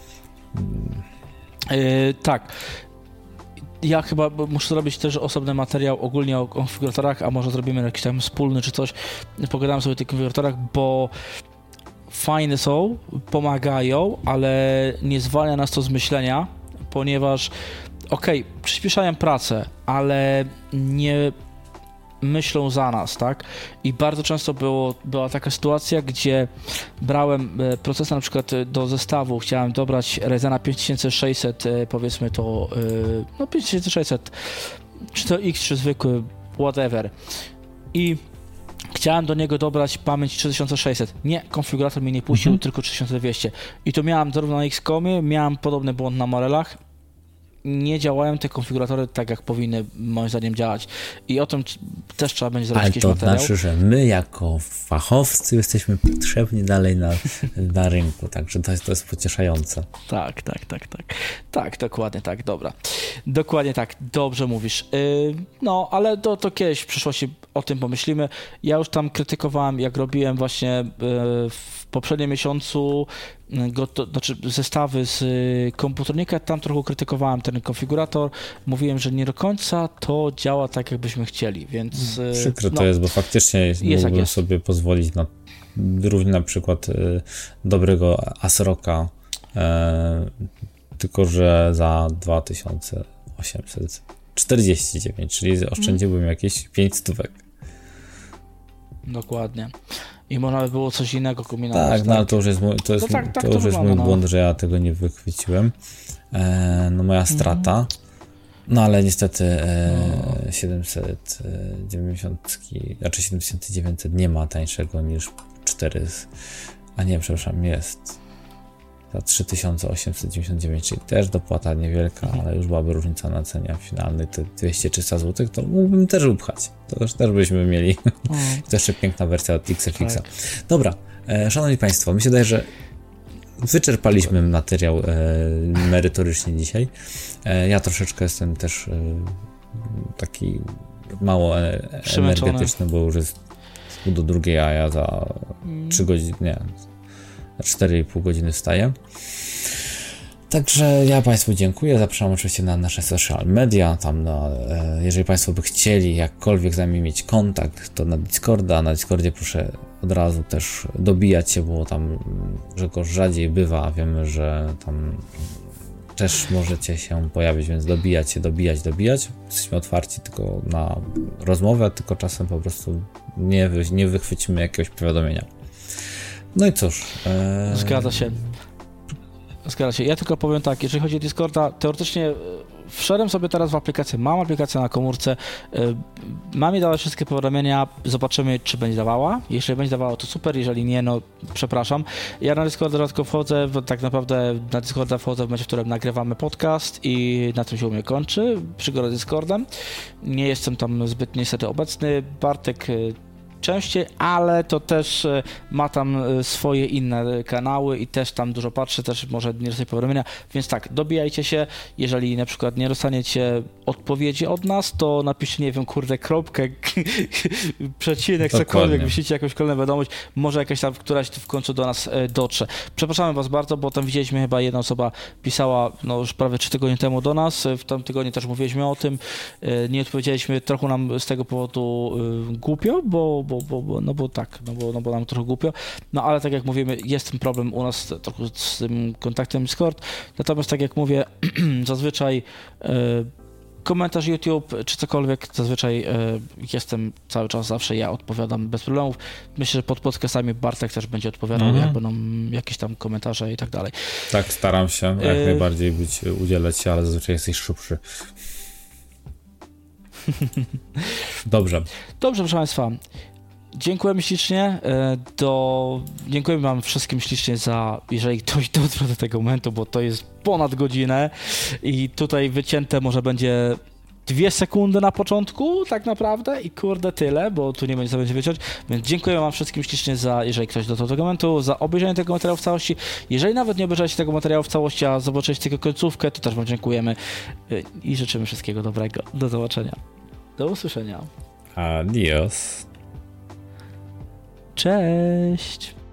Tak. Ja chyba muszę zrobić też osobny materiał ogólnie o konfiguratorach, a może zrobimy jakiś tam wspólny czy coś. Pogadam sobie o tych konfiguratorach, bo fajne są, pomagają, ale nie zwalnia nas to z myślenia, ponieważ przyspieszają pracę, ale nie myślą za nas, tak? I bardzo często była taka sytuacja, gdzie brałem procesor na przykład do zestawu, chciałem dobrać Ryzena 5600, powiedzmy to, 5600, czy to X, czy zwykły, whatever. I chciałem do niego dobrać pamięć 3600. Nie, konfigurator mi nie puścił, tylko 3200. I to miałem zarówno na XCOMie, miałem podobny błąd na Morelach. Nie działają te konfiguratory tak, jak powinny moim zdaniem działać. I o tym też trzeba będzie zrobić jakiś materiał.
Ale to znaczy, że my jako fachowcy jesteśmy potrzebni dalej na rynku, także to jest pocieszające.
Tak. Tak, dokładnie tak, dobra. Dokładnie tak, dobrze mówisz. No, ale to kiedyś w przyszłości o tym pomyślimy. Ja już tam krytykowałem, jak robiłem właśnie w poprzednim miesiącu zestawy z komputernika, tam trochę krytykowałem ten konfigurator, mówiłem, że nie do końca to działa tak, jakbyśmy chcieli, więc...
Przykre to jest, bo faktycznie mógłbym sobie pozwolić na równie na przykład dobrego ASRock'a, tylko że za 2849, czyli oszczędziłbym jakieś 5 stówek.
Dokładnie. I można by było coś innego kombinować.
Tak, no ale to już jest mój błąd, że ja tego nie wychwyciłem. Moja strata. No ale niestety 790, znaczy 7900 nie ma tańszego niż 4, jest za 3899, czyli też dopłata niewielka, ale już byłaby różnica na cenie finalnej, te 200-300 zł, to mógłbym też upchać. To też byśmy mieli. To jeszcze piękna wersja od XFX-a. Tak. Dobra, szanowni państwo, mi się wydaje, że wyczerpaliśmy materiał merytorycznie dzisiaj. Ja troszeczkę jestem też taki mało energetyczny, bo już jest do 2, a ja za 3 godziny, nie, 4,5 godziny wstaję. Także ja Państwu dziękuję, zapraszam oczywiście na nasze social media, tam jeżeli Państwo by chcieli jakkolwiek z nami mieć kontakt, to na Discorda, na Discordzie proszę od razu też dobijać się, bo tam rzekosz rzadziej bywa, wiemy, że tam też możecie się pojawić, więc dobijać. Jesteśmy otwarci tylko na rozmowę, tylko czasem po prostu nie wychwycimy jakiegoś powiadomienia. No i cóż.
Zgadza się. Ja tylko powiem tak, jeżeli chodzi o Discorda, teoretycznie wszedłem sobie teraz w aplikację, mam aplikację na komórce, mam jej dawać wszystkie powiadomienia, zobaczymy, czy będzie dawała. Jeśli będzie dawała, to super, jeżeli nie, no przepraszam. Ja na Discorda rzadko wchodzę, tak naprawdę na Discorda wchodzę w momencie, w którym nagrywamy podcast i na tym się u mnie kończy przygoda z Discordem. Nie jestem tam zbyt niestety obecny. Bartek częściej, ale to też ma tam swoje inne kanały i też tam dużo patrzy, też może nie dostać powiadomienia, więc tak, dobijajcie się, jeżeli na przykład nie dostaniecie odpowiedzi od nas, to napiszcie, nie wiem, kropkę, przecinek, cokolwiek, wyślijcie jakąś kolejną wiadomość, może jakaś tam, któraś w końcu do nas dotrze. Przepraszamy was bardzo, bo tam widzieliśmy, chyba jedna osoba pisała, no już prawie 3 tygodnie temu do nas, w tym tygodniu też mówiliśmy o tym, nie odpowiedzieliśmy, trochę nam z tego powodu głupio, bo nam trochę głupio, no ale tak jak mówimy, jest ten problem u nas trochę z tym kontaktem Discord, natomiast tak jak mówię, zazwyczaj komentarz YouTube czy cokolwiek, zazwyczaj jestem cały czas, zawsze ja odpowiadam bez problemów. Myślę, że pod podcastami Bartek też będzie odpowiadał, jak będą jakieś tam komentarze i tak dalej.
Tak, staram się jak najbardziej udzielać się, ale zazwyczaj jesteś szybszy. Dobrze, proszę
Państwa. Dziękujemy ślicznie. Dziękujemy wam wszystkim ślicznie jeżeli ktoś dotrwał do tego momentu, bo to jest ponad godzinę i tutaj wycięte może będzie 2 sekundy na początku tak naprawdę i kurde tyle, bo tu nie będzie co będzie wyciąć, więc dziękuję wam wszystkim ślicznie jeżeli ktoś dotrwał do tego momentu, za obejrzenie tego materiału w całości. Jeżeli nawet nie obejrzeliście tego materiału w całości, a zobaczyliście tylko końcówkę, to też wam dziękujemy i życzymy wszystkiego dobrego. Do zobaczenia. Do usłyszenia.
Adios.
Cześć!